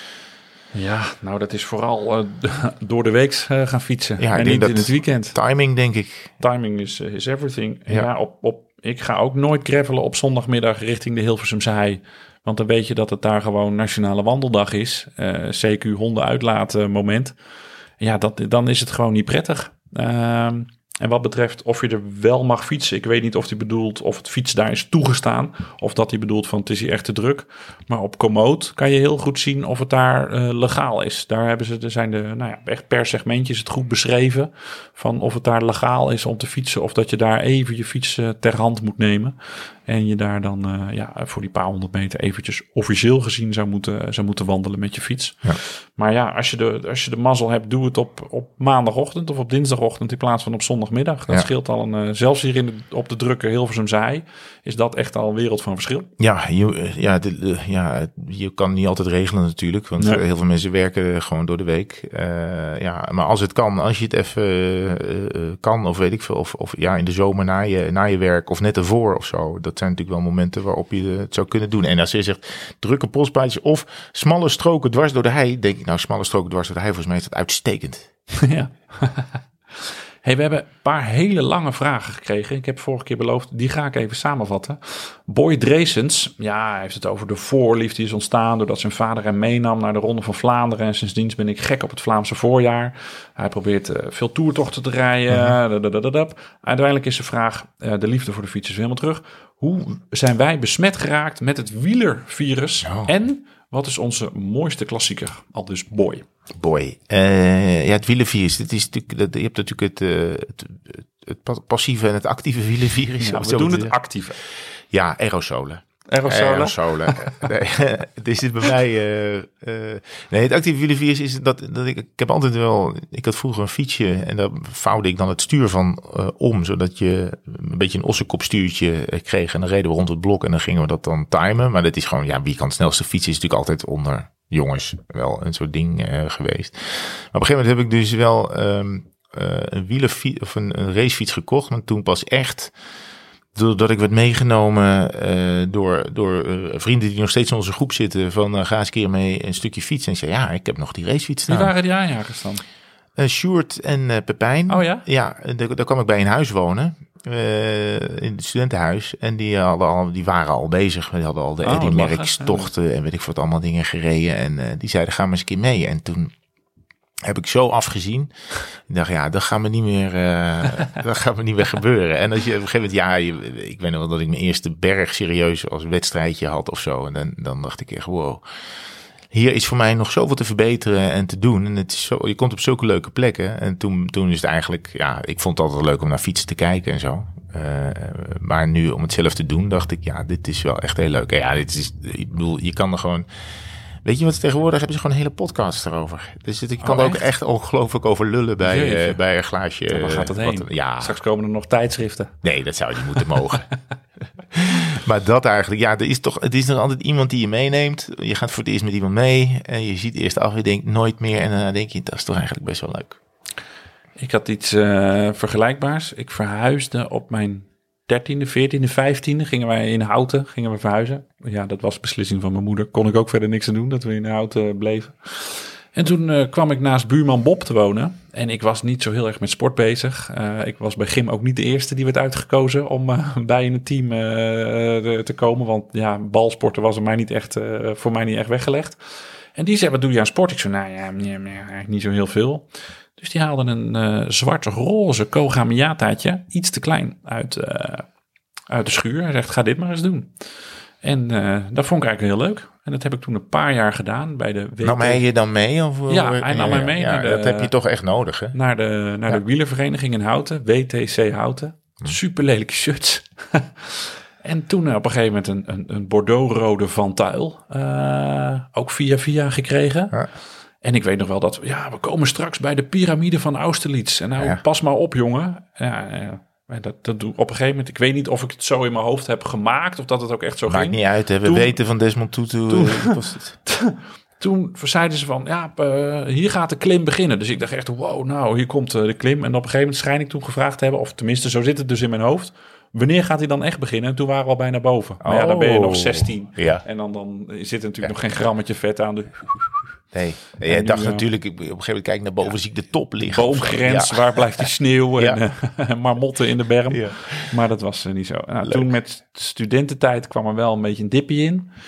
Ja, nou dat is vooral uh, door de week uh, gaan fietsen ja, en niet in het weekend. Timing, denk ik. Timing is, uh, is everything. Ja, ja op, op, ik ga ook nooit gravelen op zondagmiddag richting de Hilversumse hei Want dan weet je dat het daar gewoon Nationale Wandeldag is. Uh, C Q honden uitlaten moment. Ja, dat, dan is het gewoon niet prettig. Uh, en wat betreft of je er wel mag fietsen. Ik weet niet of hij bedoelt of het fietsen daar is toegestaan. Of dat hij bedoelt van het is hier echt te druk. Maar op Komoot kan je heel goed zien of het daar uh, legaal is. Daar hebben ze, er zijn de, nou ja, echt per segmentje is het goed beschreven. Van of het daar legaal is om te fietsen. Of dat je daar even je fiets uh, ter hand moet nemen. En je daar dan uh, ja, voor die paar honderd meter eventjes officieel gezien zou moeten, zou moeten wandelen met je fiets. Ja. Maar ja, als je, de, als je de mazzel hebt, doe het op, op maandagochtend of op dinsdagochtend in plaats van op zondagmiddag. Dat ja. scheelt al een, uh, zelfs hier in de, op de drukke Hilversum Zaai is dat echt al een wereld van verschil. Ja, je, ja, de, de, ja, je kan niet altijd regelen natuurlijk, want nee. heel veel mensen werken gewoon door de week. Uh, ja, maar als het kan, als je het even uh, uh, kan of weet ik veel, of, of ja, in de zomer na je, na je werk of net ervoor of zo, dat zijn natuurlijk wel momenten waarop je het zou kunnen doen. En als je zegt drukke postpaadjes of smalle stroken dwars door de hei, denk ik nou smalle stroken dwars door de hei, volgens mij is dat uitstekend. Ja. Hey, we hebben een paar hele lange vragen gekregen. Ik heb vorige keer beloofd, die ga ik even samenvatten. Boy Dreesens, ja, hij heeft het over de voorliefde die is ontstaan doordat zijn vader hem meenam naar de Ronde van Vlaanderen. En sindsdien ben ik gek op het Vlaamse voorjaar. Hij probeert uh, veel toertochten te rijden. Uh-huh. Uiteindelijk is de vraag, uh, de liefde voor de fiets is weer helemaal terug. Hoe zijn wij besmet geraakt met het wielervirus? Oh. En wat is onze mooiste klassieker? Al dus Boy. Boy. Uh, ja, het wielenvirus. Het is natuurlijk, dat, je hebt natuurlijk het, uh, het, het passieve en het actieve wielenvirus. Ja, we doen het actieve. Ja, aerosolen. Aerosolen? Aerosolen. nee, het is bij mij... Uh, uh, nee, het actieve wielenvirus is dat, dat ik... Ik heb altijd wel... Ik had vroeger een fietsje en daar vouwde ik dan het stuur van uh, om. Zodat je een beetje een ossenkopstuurtje kreeg. En dan reden we rond het blok en dan gingen we dat dan timen. Maar dat is gewoon... Ja, wie kan het snelste fietsen is natuurlijk altijd onder jongens wel een soort ding uh, geweest. Maar op een gegeven moment heb ik dus wel um, uh, een wielerfiets of een, een racefiets gekocht. Maar toen pas echt... Doordat ik werd meegenomen uh, door, door uh, vrienden die nog steeds in onze groep zitten. Van uh, ga eens een keer mee een stukje fietsen. En ik zei ja, ik heb nog die racefiets staan. Wie waren die aanjagers dan? Uh, Sjoerd en uh, Pepijn. Oh ja? Ja, daar, daar kwam ik bij in huis wonen. Uh, in het studentenhuis. En die, hadden al, die waren al bezig. Die hadden al de Eddy oh, Merckx tochten ja. en weet ik wat allemaal dingen gereden. En uh, die zeiden ga maar eens een keer mee. En toen... heb ik zo afgezien. Ik dacht, ja, dat gaat me niet meer, uh, dat gaat me niet meer gebeuren. En als je op een gegeven moment, ja, je, ik weet nog wel dat ik mijn eerste berg serieus als wedstrijdje had of zo. En dan, dan dacht ik echt, wow, hier is voor mij nog zoveel te verbeteren en te doen. En het is zo, je komt op zulke leuke plekken. En toen, toen is het eigenlijk, ja, ik vond het altijd leuk om naar fietsen te kijken en zo. Uh, maar nu om het zelf te doen, dacht ik, ja, dit is wel echt heel leuk. En ja, dit is, ik bedoel, je kan er gewoon... Weet je wat, tegenwoordig hebben ze gewoon een hele podcast erover. Dus ik kan oh, er ook echt ongelooflijk over lullen bij, uh, bij een glaasje. Ja, waar gaat het heen? Wat, ja. Straks komen er nog tijdschriften. Nee, dat zou niet moeten mogen. Maar dat eigenlijk, ja, er is toch, het is nog altijd iemand die je meeneemt. Je gaat voor het eerst met iemand mee en je ziet eerst af en je denkt nooit meer. En dan denk je, dat is toch eigenlijk best wel leuk. Ik had iets uh, vergelijkbaars. Ik verhuisde op mijn dertiende, veertiende, vijftiende gingen wij in Houten, gingen we verhuizen. Ja, dat was beslissing van mijn moeder. Kon ik ook verder niks aan doen, dat we in Houten bleven. En toen uh, kwam ik naast buurman Bob te wonen. En ik was niet zo heel erg met sport bezig. Uh, ik was bij gym ook niet de eerste die werd uitgekozen om uh, bij in het team uh, de, te komen. Want ja, balsporten was er mij niet echt, uh, voor mij niet echt weggelegd. En die zei, wat doe je aan sport? Ik zei, nou ja, nee, nee, eigenlijk niet zo heel veel. Dus die haalde een uh, zwart-roze Koga Miataatje, iets te klein, uit, uh, uit de schuur. Hij zegt, ga dit maar eens doen. En uh, dat vond ik eigenlijk heel leuk. En dat heb ik toen een paar jaar gedaan bij de W T. Nam hij je dan mee? Of, ja, hij nam ja, mij mee. Ja, naar de, dat heb je toch echt nodig, hè? Naar de, naar ja. de wielervereniging in Houten, W T C Houten. Super lelijke shirts. En toen uh, op een gegeven moment een, een, een Bordeaux-rode Van Tuyl. Uh, ook via via gekregen. Ja. En ik weet nog wel dat, ja, we komen straks bij de piramide van Austerlitz. En nou, ja. pas maar op, jongen. Ja, ja. Dat, dat doe ik op een gegeven moment. Ik weet niet of ik het zo in mijn hoofd heb gemaakt of dat het ook echt zo Maakt ging. niet uit, hè? We toen, weten van Desmond Tutu. Toen, toen zeiden ze van, ja, uh, hier gaat de klim beginnen. Dus ik dacht echt, wow, nou, hier komt uh, de klim. En op een gegeven moment schijn ik toen gevraagd te hebben, of tenminste, zo zit het dus in mijn hoofd. Wanneer gaat hij dan echt beginnen? En toen waren we al bijna boven. Maar oh, ja, dan ben je nog zestien. Ja. En dan, dan zit er natuurlijk ja. nog geen grammetje vet aan de... Nee, en jij dacht uh, natuurlijk, op een gegeven moment kijk ik naar boven, ja, zie ik de top liggen. Boomgrens, ja. Waar blijft die sneeuw en ja. uh, marmotten in de berm. Ja. Maar dat was uh, niet zo. Nou, toen met studententijd kwam er wel een beetje een dipje in.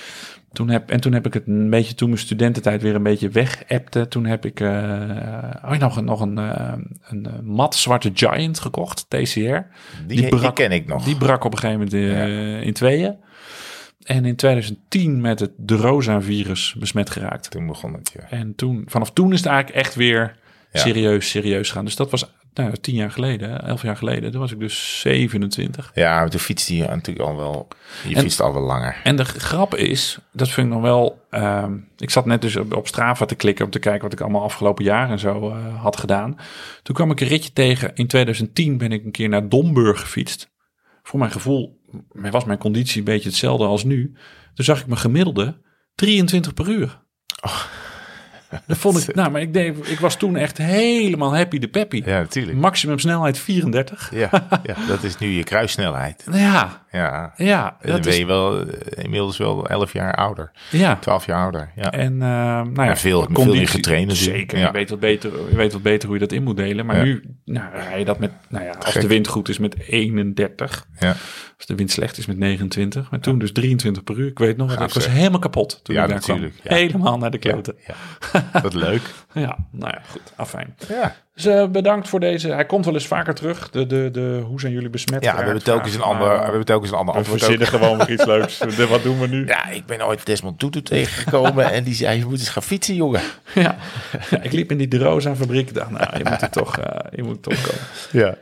Toen heb, en toen heb ik het een beetje, toen mijn studententijd weer een beetje weg-appte. Toen heb ik uh, oh, nog, een, nog een, uh, een uh, mat zwarte Giant gekocht, T C R. Die, die, brak, die ken ik nog. Die brak op een gegeven moment uh, ja. in tweeën. En in twintig tien met het de Rosa-virus besmet geraakt. Toen begon het, ja. En toen, vanaf toen is het eigenlijk echt weer ja. serieus, serieus gaan. Dus dat was nou, tien jaar geleden, elf jaar geleden. Toen was ik dus zevenentwintig. Ja, maar toen fietste je natuurlijk al wel, je en, fietste al wel langer. En de grap is, dat vind ik nog wel... Um, ik zat net dus op, op Strava te klikken om te kijken wat ik allemaal afgelopen jaar en zo uh, had gedaan. Toen kwam ik een ritje tegen. In twintig tien ben ik een keer naar Domburg gefietst. Voor mijn gevoel was mijn conditie een beetje hetzelfde als nu. Toen zag ik mijn gemiddelde drieëntwintig per uur. Oh. Dat vond ik, nou, maar ik, deed, ik was toen echt helemaal happy de peppy. Ja, natuurlijk. Maximum snelheid vierendertig. Ja, ja, dat is nu je kruissnelheid. Ja. Ja. Ja. Dan ben je is... wel inmiddels wel elf jaar ouder. Ja. twaalf jaar ouder. Ja. En uh, nou ja, ja, veel, veel meer getraind. Zeker. Ja. Je weet wat beter, je weet wat beter hoe je dat in moet delen. Maar ja. nu, nou, rij je dat met, nou ja, als Gek. de wind goed is met eenendertig. Ja. Als de wind slecht is met negenentwintig. Maar toen dus drieëntwintig per uur. Ik weet nog, Gaaf, ik was zeg. helemaal kapot toen ja, ik daar natuurlijk. kwam. Ja. Helemaal naar de kloten. Ja, ja. Wat leuk. Ja, nou ja, goed. Afijn. Ja. Dus uh, bedankt voor deze. Hij komt wel eens vaker terug. De, de, de, hoe zijn jullie besmet? Ja, we hebben telkens een ander, we hebben telkens een ander antwoord. We verzinnen gewoon weer iets leuks. De, wat doen we nu? Ja, ik ben ooit Desmond Tutu tegengekomen en die zei, je moet eens gaan fietsen, jongen. Ja, ja ik liep in die De Rosa fabriek. Ik dacht, nou, je moet er toch, uh, je moet toch komen. Ja.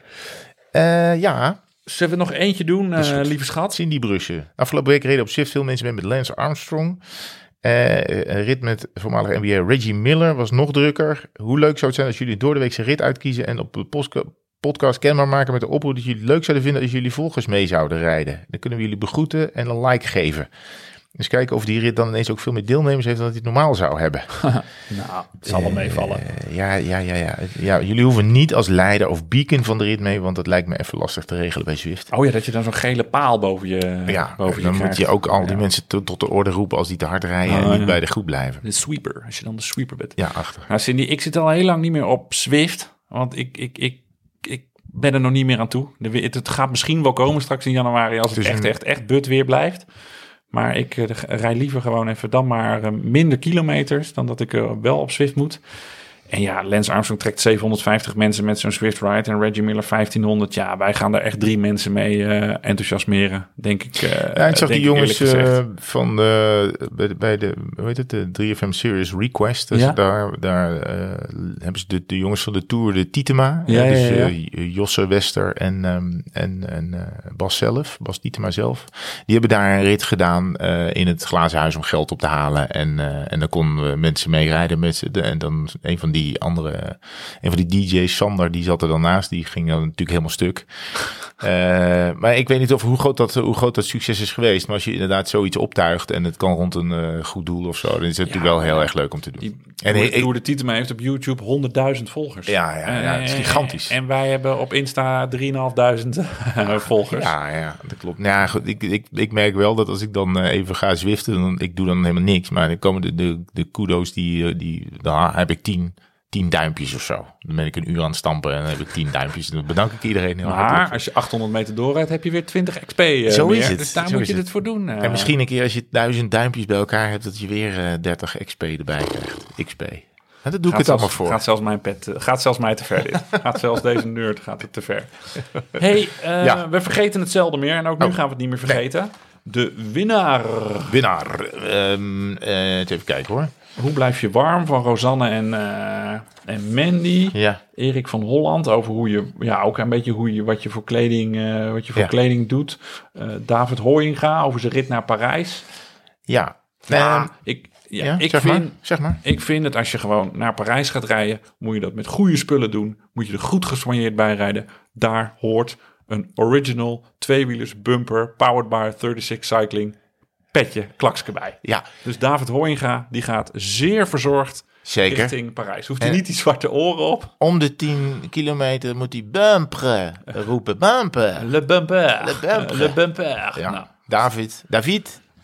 Uh, ja. Zullen we nog eentje doen, uh, lieve schat? Cindy Brusje. Afgelopen week reden op Zwift veel mensen mee met Lance Armstrong. Uh, een rit met voormalige N B A Reggie Miller was nog drukker. Hoe leuk zou het zijn als jullie door de week zijn rit uitkiezen en op de postka- podcast kenbaar maken met de oproep dat jullie het leuk zouden vinden als jullie volgers mee zouden rijden. Dan kunnen we jullie begroeten en een like geven. Dus kijken of die rit dan ineens ook veel meer deelnemers heeft dan dat hij het normaal zou hebben. Nou, het zal wel meevallen. Uh, ja, ja, ja, ja, ja. Jullie hoeven niet als leider of beacon van de rit mee, want dat lijkt me even lastig te regelen bij Zwift. Oh ja, dat je dan zo'n gele paal boven je Ja, boven dan je moet je ook al die ja. mensen to, tot de orde roepen als die te hard rijden oh, en niet ja. bij de groep blijven. De sweeper, als je dan de sweeper bent. Ja, achter. Nou, Cindy, ik zit al heel lang niet meer op Zwift, want ik, ik, ik, ik ben er nog niet meer aan toe. De, het, het gaat misschien wel komen straks in januari als het, het echt, een... echt, echt but weer blijft. Maar ik uh, rij liever gewoon even dan maar uh, minder kilometers dan dat ik uh, wel op Zwift moet. En ja, Lance Armstrong trekt zevenhonderdvijftig mensen met zo'n Zwift Ride en Reggie Miller vijftienhonderd. Ja, wij gaan daar echt drie mensen mee uh, enthousiasmeren, denk ik. Uh, ja, ik zag die jongens uh, van de, bij, de, bij de, hoe heet het, de drie F M Series Request. Dus ja? daar, daar uh, hebben ze de, de jongens van de Tour, de Tietema. Ja, ja, dus ja, ja. Uh, Josse Wester en, um, en, en uh, Bas zelf, Bas Tietema zelf. Die hebben daar een rit gedaan uh, in het glazen huis om geld op te halen. En, uh, en dan konden mensen meerijden met ze. En dan een van die Die andere, een van die D J's, Sander, die zat er dan naast. Die ging dan natuurlijk helemaal stuk. uh, maar ik weet niet of hoe groot, dat, hoe groot dat succes is geweest. Maar als je inderdaad zoiets optuigt en het kan rond een uh, goed doel of zo, dan is het ja, natuurlijk wel heel ja. erg leuk om te doen. Die, en Tour, ik, Tour de Tietema heeft op YouTube honderdduizend volgers. Ja, ja, ja, dat is gigantisch. En, en wij hebben op Insta drieduizend vijfhonderd volgers. Ja, ja, dat klopt. Nou ja, goed, ik, ik, ik merk wel dat als ik dan uh, even ga zwiften, dan, ik doe dan helemaal niks. Maar dan komen de, de, de kudo's, die, die, dan heb ik tien. tien duimpjes of zo. Dan ben ik een uur aan het stampen en dan heb ik tien duimpjes. Dan bedank ik iedereen heel maar hartelijk. Als je achthonderd meter doorrijdt, heb je weer twintig X P uh, Zo meer. is het. Dus daar Zo moet je het. het voor doen. Uh. En misschien een keer als je duizend duimpjes bij elkaar hebt, dat je weer uh, dertig X P erbij krijgt. X P. En dat doe gaat ik het zelfs, allemaal voor. Gaat zelfs mijn pet, gaat zelfs mij te ver dit. Gaat zelfs deze nerd gaat het te ver. Hey, uh, ja. we vergeten het zelden meer. En ook nu oh. gaan we het niet meer vergeten. Nee. De winnaar. Winnaar. Um, uh, even kijken hoor. Hoe blijf je warm van Rosanne en, uh, en Mandy. Ja. Erik van Holland over hoe je, ja, ook een beetje hoe je, wat je voor kleding, uh, wat je voor ja. kleding doet. Uh, David Hooyinga over zijn rit naar Parijs. Ja. Ja, um, ik, ja, ja, ik, zeg vind, maar, zeg maar. ik vind dat als je gewoon naar Parijs gaat rijden, moet je dat met goede spullen doen. Moet je er goed gesoigneerd bij rijden. Daar hoort een original tweewielers bumper powered by thirty-six Cycling petje, klakske bij. Ja. Dus David Hooyinga, die gaat zeer verzorgd Zeker. richting Parijs. Hoeft hij niet die zwarte oren op. Om de tien kilometer moet hij bumper roepen. Bumper. Le bumper. Le bumper. Le bumper. Ja. Nou. David. David.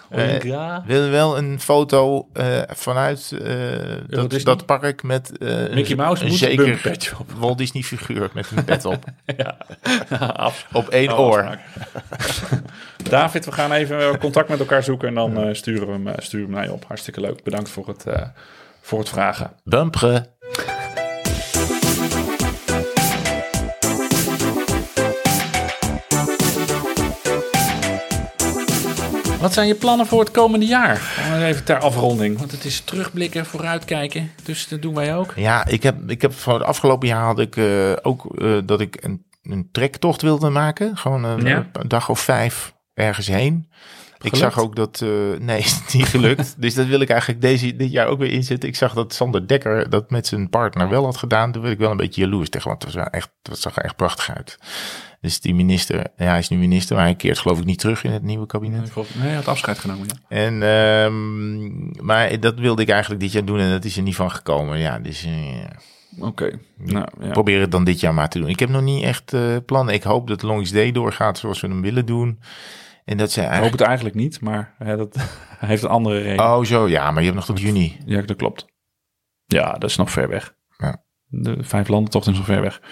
Uh, wil je wel een foto uh, vanuit uh, dat, dat park met uh, Mickey Mouse een moet zeker een petje op. Walt Disney figuur met een pet op. ja. Af, op één oor. David, we gaan even contact met elkaar zoeken en dan uh, sturen we hem, uh, sturen we hem naar je op. Hartstikke leuk. Bedankt voor het, uh, voor het vragen. Bumpre. Wat zijn je plannen voor het komende jaar? Even ter afronding, want het is terugblikken, vooruitkijken. Dus dat doen wij ook. Ja, ik heb, ik heb voor het afgelopen jaar had ik uh, ook uh, dat ik een, een trektocht wilde maken. Gewoon een, ja. een dag of vijf ergens heen. Gelukt? Ik zag ook dat... Uh, nee, is niet gelukt. Dus dat wil ik eigenlijk deze, dit jaar ook weer inzetten. Ik zag dat Sander Dekker dat met zijn partner wel had gedaan. Toen werd ik wel een beetje jaloers tegen, want het, was echt, het zag er echt prachtig uit. Dus die minister, ja, hij is nu minister, maar hij keert geloof ik niet terug in het nieuwe kabinet. Nee, hij had afscheid genomen, ja. En, um, maar dat wilde ik eigenlijk dit jaar doen en dat is er niet van gekomen. Ja, dus... Uh, Oké. Okay. Nou, ja. Probeer het dan dit jaar maar te doen. Ik heb nog niet echt uh, plannen. Ik hoop dat Longest Day doorgaat zoals we hem willen doen. En dat zij eigenlijk... Ik hoop het eigenlijk niet, maar hè, dat heeft een andere reden. Oh zo, ja, maar je hebt nog tot juni. Ja, dat klopt. Ja, dat is nog ver weg. Ja. De vijf landen toch is nog ver weg.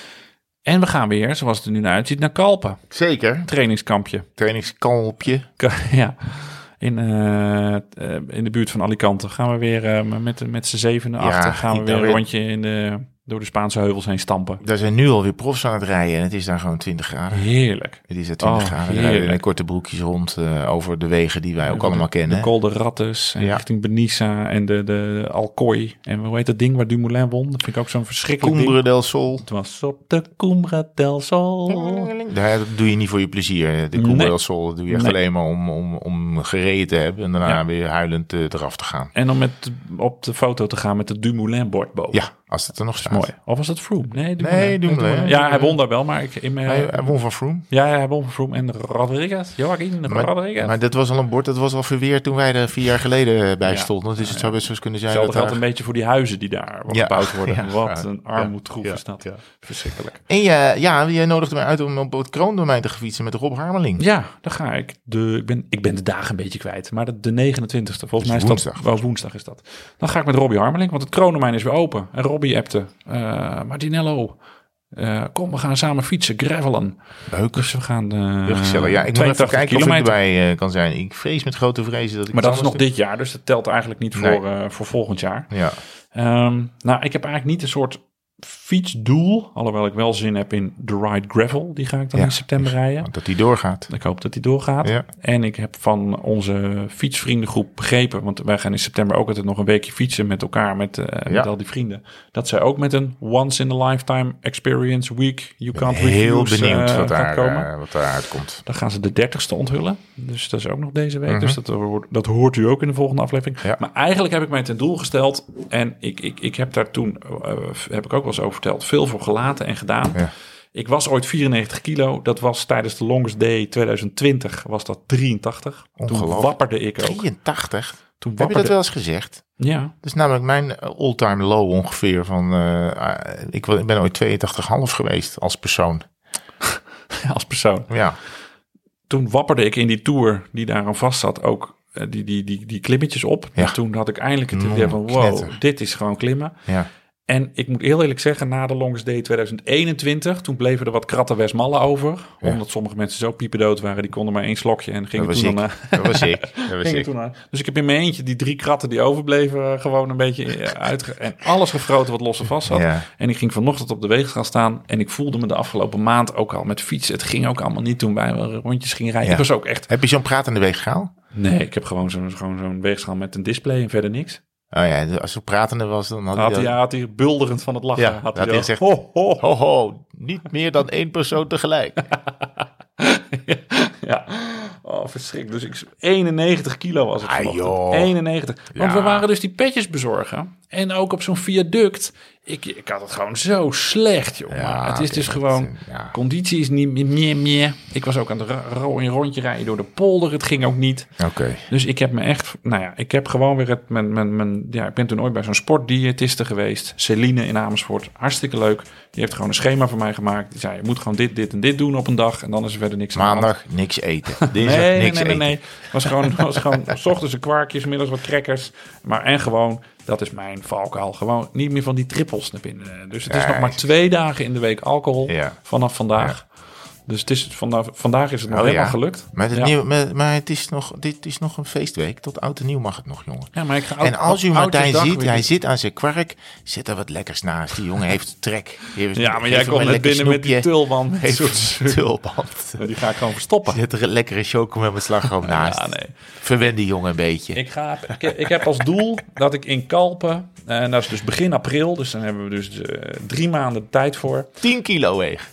En we gaan weer, zoals het er nu naar uitziet, naar Kalpen. Zeker. Trainingskampje. Trainingskampje. Ja. In, uh, in de buurt van Alicante gaan we weer uh, met, met z'n zevenen ja, achter gaan we weer een rondje in de, door de Spaanse heuvels heen stampen. Daar zijn nu alweer profs aan het rijden en het is daar gewoon twintig graden. Heerlijk. Het is er twintig oh, graden. We rijden in korte broekjes rond uh, over de wegen die wij ook de, allemaal kennen. De Col de Rattes en ja. richting Benissa en de, de Alcoy. En hoe heet dat ding waar Dumoulin won? Dat vind ik ook zo'n verschrikkelijk Cumbre ding. del Sol. Het was op de Cumbre del Sol. Ja, dat doe je niet voor je plezier. De Cumbre nee. del Sol dat doe je echt nee. alleen maar om, om, om gereden te hebben en daarna ja. weer huilend uh, eraf te gaan. En om met, op de foto te gaan met het Dumoulin bord boven. Ja, als het er nog staat. Mooi. Of was het Froome? Nee, Dumoulin. Nee, Dumoulin. Dumoulin. Ja, hij won daar wel, maar ik... In mijn, hij, hij won van Froome. Ja, hij won van Froome en Rodriguez. Joaquin Rodriguez. Maar dat was al een bord, dat was al verweerd toen wij er vier jaar geleden bij ja. stonden. Dus het zou best wel kunnen zijn Hetzelfde dat geldt daar... een beetje voor die huizen die daar ja. gebouwd worden. Ja. Wat ja. een armoedtroef ja. is dat. Ja. Verschrikkelijk. En ja, ja, jij nodigde mij uit om op het kroondomein te fietsen met Rob Harmeling. Ja, daar ga ik. De, ik, ben, ik ben de dagen een beetje kwijt. Maar de, de negenentwintigste, volgens mij is woensdag. dat... Wel woensdag is dat. Dan ga ik met Robbie Harmeling, want het kroondomein is weer open. En Robbie appte... Uh, Martinello, uh, kom, we gaan samen fietsen, gravelen. Leuk. Dus we gaan uh, heel gezellig. Ja, ik moet even kijken kilometer. of ik erbij uh, kan zijn. Ik vrees met grote vrezen dat ik... Maar dat is nog dit jaar, dus dat telt eigenlijk niet voor, nee. uh, voor volgend jaar. Ja. Um, nou, ik heb eigenlijk niet een soort fietsdoel, alhoewel ik wel zin heb in de Ride Gravel. Die ga ik dan ja, in september rijden. Dat die doorgaat. Ik hoop dat die doorgaat. Ja. En ik heb van onze fietsvriendengroep begrepen, want wij gaan in september ook altijd nog een weekje fietsen met elkaar, met, uh, ja. met al die vrienden. Dat zij ook met een once in a lifetime experience week, you can't refuse, heel benieuwd uh, wat, daar, komen. Uh, wat daaruit komt. Dan gaan ze de dertigste onthullen. Dus dat is ook nog deze week. Mm-hmm. Dus dat, dat hoort u ook in de volgende aflevering. Ja. Maar eigenlijk heb ik mij ten doel gesteld en ik, ik, ik heb daar toen, uh, heb ik ook wel eens over verteld, veel voor gelaten en gedaan. Ja. Ik was ooit vierennegentig kilo. Dat was tijdens de Longest Day twintig twintig was dat drieëntachtig. Toen wapperde ik ook. drieëntachtig? Toen wapperde... Heb je dat wel eens gezegd? Ja. Dat is namelijk mijn all-time low ongeveer. Van, uh, ik ben ooit tweeëntachtig komma vijf geweest als persoon. als persoon? Ja. Toen wapperde ik in die tour die daar aan vast zat ook uh, die, die, die, die klimmetjes op. Ja. En toen had ik eindelijk het idee van wow, knetter. Dit is gewoon klimmen. Ja. En ik moet heel eerlijk zeggen, na de Longest Day twintig eenentwintig... toen bleven er wat kratten Westmallen over. Ja. Omdat sommige mensen zo pieperdood waren, die konden maar één slokje en gingen dat toen dan... Dat was ik. Dat was ik. Toen dus ik heb in mijn eentje die drie kratten die overbleven gewoon een beetje uit... En alles gefroten wat los en vast zat. Ja. En ik ging vanochtend op de weegschaal staan en ik voelde me de afgelopen maand ook al met fietsen. Het ging ook allemaal niet toen wij rondjes gingen rijden. Ja. Ik was ook echt... Heb je zo'n pratende weegschaal? Nee, ik heb gewoon zo'n, gewoon zo'n weegschaal met een display en verder niks. Oh ja, als het pratende was, dan had, had hij... hij, had hij bulderend van het lachen. Ja, had hij, hij gezegd, ho, ho, ho, ho, niet meer dan één persoon tegelijk. ja, oh, verschrikkelijk. Dus ik, eenennegentig kilo was het ah, joh. eenennegentig. Want ja. we waren dus die petjes bezorgen. En ook op zo'n viaduct. Ik, ik had het gewoon zo slecht, joh. Ja, maar het is okay, dus gewoon... Ja. Conditie is niet meer, meer. Ik was ook aan het ro- een rondje rijden door de polder. Het ging ook niet. Oké. Okay. Dus ik heb me echt... Nou ja, ik heb gewoon weer het... Mijn, mijn, mijn, ja, ik ben toen ooit bij zo'n sportdiëtiste geweest. Celine in Amersfoort. Hartstikke leuk. Die heeft gewoon een schema voor mij gemaakt. Die zei, je moet gewoon dit, dit en dit doen op een dag. En dan is er verder niks aan. Maandag niks eten. Dinsdag nee, niks nee, nee, nee, nee. eten. Het was gewoon, was gewoon 's ochtends een kwarkje, middags wat crackers. Maar en gewoon... Dat is mijn valkuil. Gewoon niet meer van die trippels naar binnen. Dus het is ja, nog maar twee dagen in de week alcohol ja. vanaf vandaag. Ja. Dus het is, vandaag, vandaag is het nog oh, helemaal ja. gelukt. Maar, het ja. nieuw, maar, maar het is nog, dit is nog een feestweek. Tot oud en nieuw mag het nog, jongen. Ja, maar ik ga oud, en als u Martijn ziet, weer... hij zit aan zijn kwark. Zet er wat lekkers naast. Die jongen heeft trek. Heeft, ja, maar jij komt net binnen snoepje. Met die tulband. Heeft een tulband. Die ga ik gewoon verstoppen. Zet er een lekkere chocomel met slagroom naast. Ja, nee. Verwend die jongen een beetje. Ik, ga, ik, heb, ik heb als doel dat ik in Kalpen... En dat is dus begin april. Dus dan hebben we dus uh, drie maanden tijd voor. tien kilo weeg.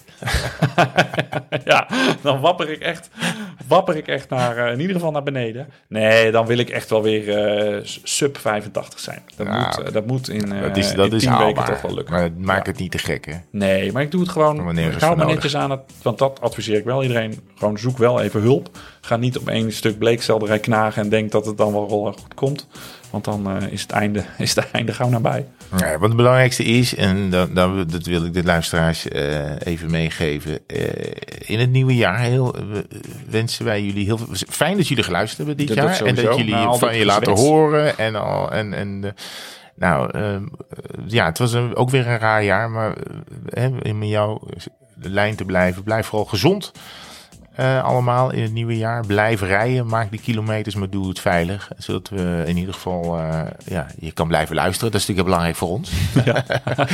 Ja, dan wapper ik echt, wapper ik echt naar, uh, in ieder geval naar beneden. Nee, dan wil ik echt wel weer uh, sub vijfentachtig zijn. Dat, ja, moet, uh, dat moet in, uh, dat is, dat in tien is weken toch wel lukken. Maar maak ja. het niet te gek, hè? Nee, maar ik doe het gewoon. Ik hou me netjes aan het, want dat adviseer ik wel iedereen. Gewoon zoek wel even hulp. Ga niet op één stuk bleekselderij knagen en denk dat het dan wel goed komt. Want dan uh, is, het einde, is het einde gauw nabij. Ja, wat het belangrijkste is, en dat, dat wil ik de luisteraars uh, even meegeven. Uh, in het nieuwe jaar heel, uh, wensen wij jullie heel veel... Fijn dat jullie geluisterd hebben dit dat jaar. Dat en dat jullie nou, van je laten horen. En, al, en, en uh, nou, uh, ja, het was een, ook weer een raar jaar. Maar uh, in jouw lijn te blijven, blijf vooral gezond. Uh, allemaal in het nieuwe jaar. Blijf rijden, maak die kilometers, maar doe het veilig. Zodat we in ieder geval, uh, ja, je kan blijven luisteren. Dat is natuurlijk belangrijk voor ons. Ja.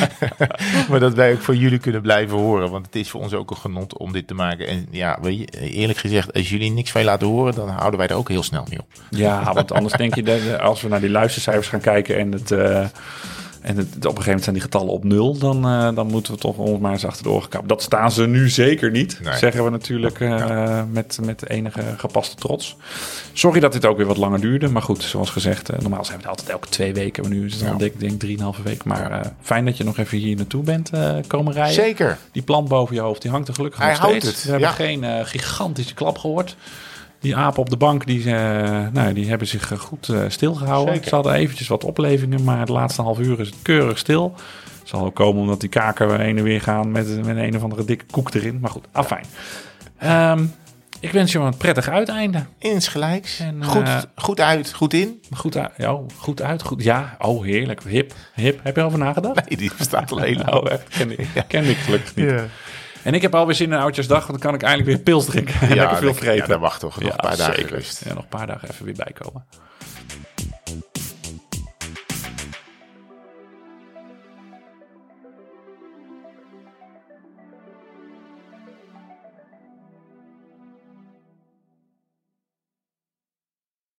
Maar dat wij ook voor jullie kunnen blijven horen. Want het is voor ons ook een genot om dit te maken. En ja, eerlijk gezegd, als jullie niks van je laten horen, dan houden wij er ook heel snel mee op. Ja, want anders denk je, dat als we naar die luistercijfers gaan kijken en het... Uh... En het, op een gegeven moment zijn die getallen op nul. Dan, uh, dan moeten we toch ons maar eens achter de oren kappen. Dat staan ze nu zeker niet. Nee. Zeggen we natuurlijk uh, ja. met, met enige gepaste trots. Sorry dat dit ook weer wat langer duurde. Maar goed, zoals gezegd. Uh, normaal zijn we het altijd elke twee weken. Maar nu is het ja. al denk ik drieënhalve week. Maar uh, fijn dat je nog even hier naartoe bent uh, komen rijden. Zeker. Die plant boven je hoofd, die hangt er gelukkig Hij nog steeds. Houdt het. We hebben ja. geen uh, gigantische klap gehoord. Die apen op de bank, die, uh, nou, die hebben zich goed uh, stilgehouden. Zeker. Ze hadden eventjes wat oplevingen, maar het laatste half uur is het keurig stil. Het zal ook komen omdat die kaken heen en weer gaan met, met een of andere dikke koek erin. Maar goed, afijn. Um, ik wens je een prettig uiteinde. Insgelijks. En, uh, goed, goed uit, goed in. Goed uit, ja, goed uit, goed. Ja, oh heerlijk. Hip, hip. Heb je erover nagedacht? Nee, die bestaat al heel lang. Oh, ken, ken ik gelukkig niet. Ja. En ik heb alweer zin in Oudjaarsdag, want dan kan ik eindelijk weer pils drinken. En ja, lekker veel vreten. Ja, dan wacht toch nog ja, een paar dagen zeker. Rust. Ja, nog een paar dagen even weer bijkomen.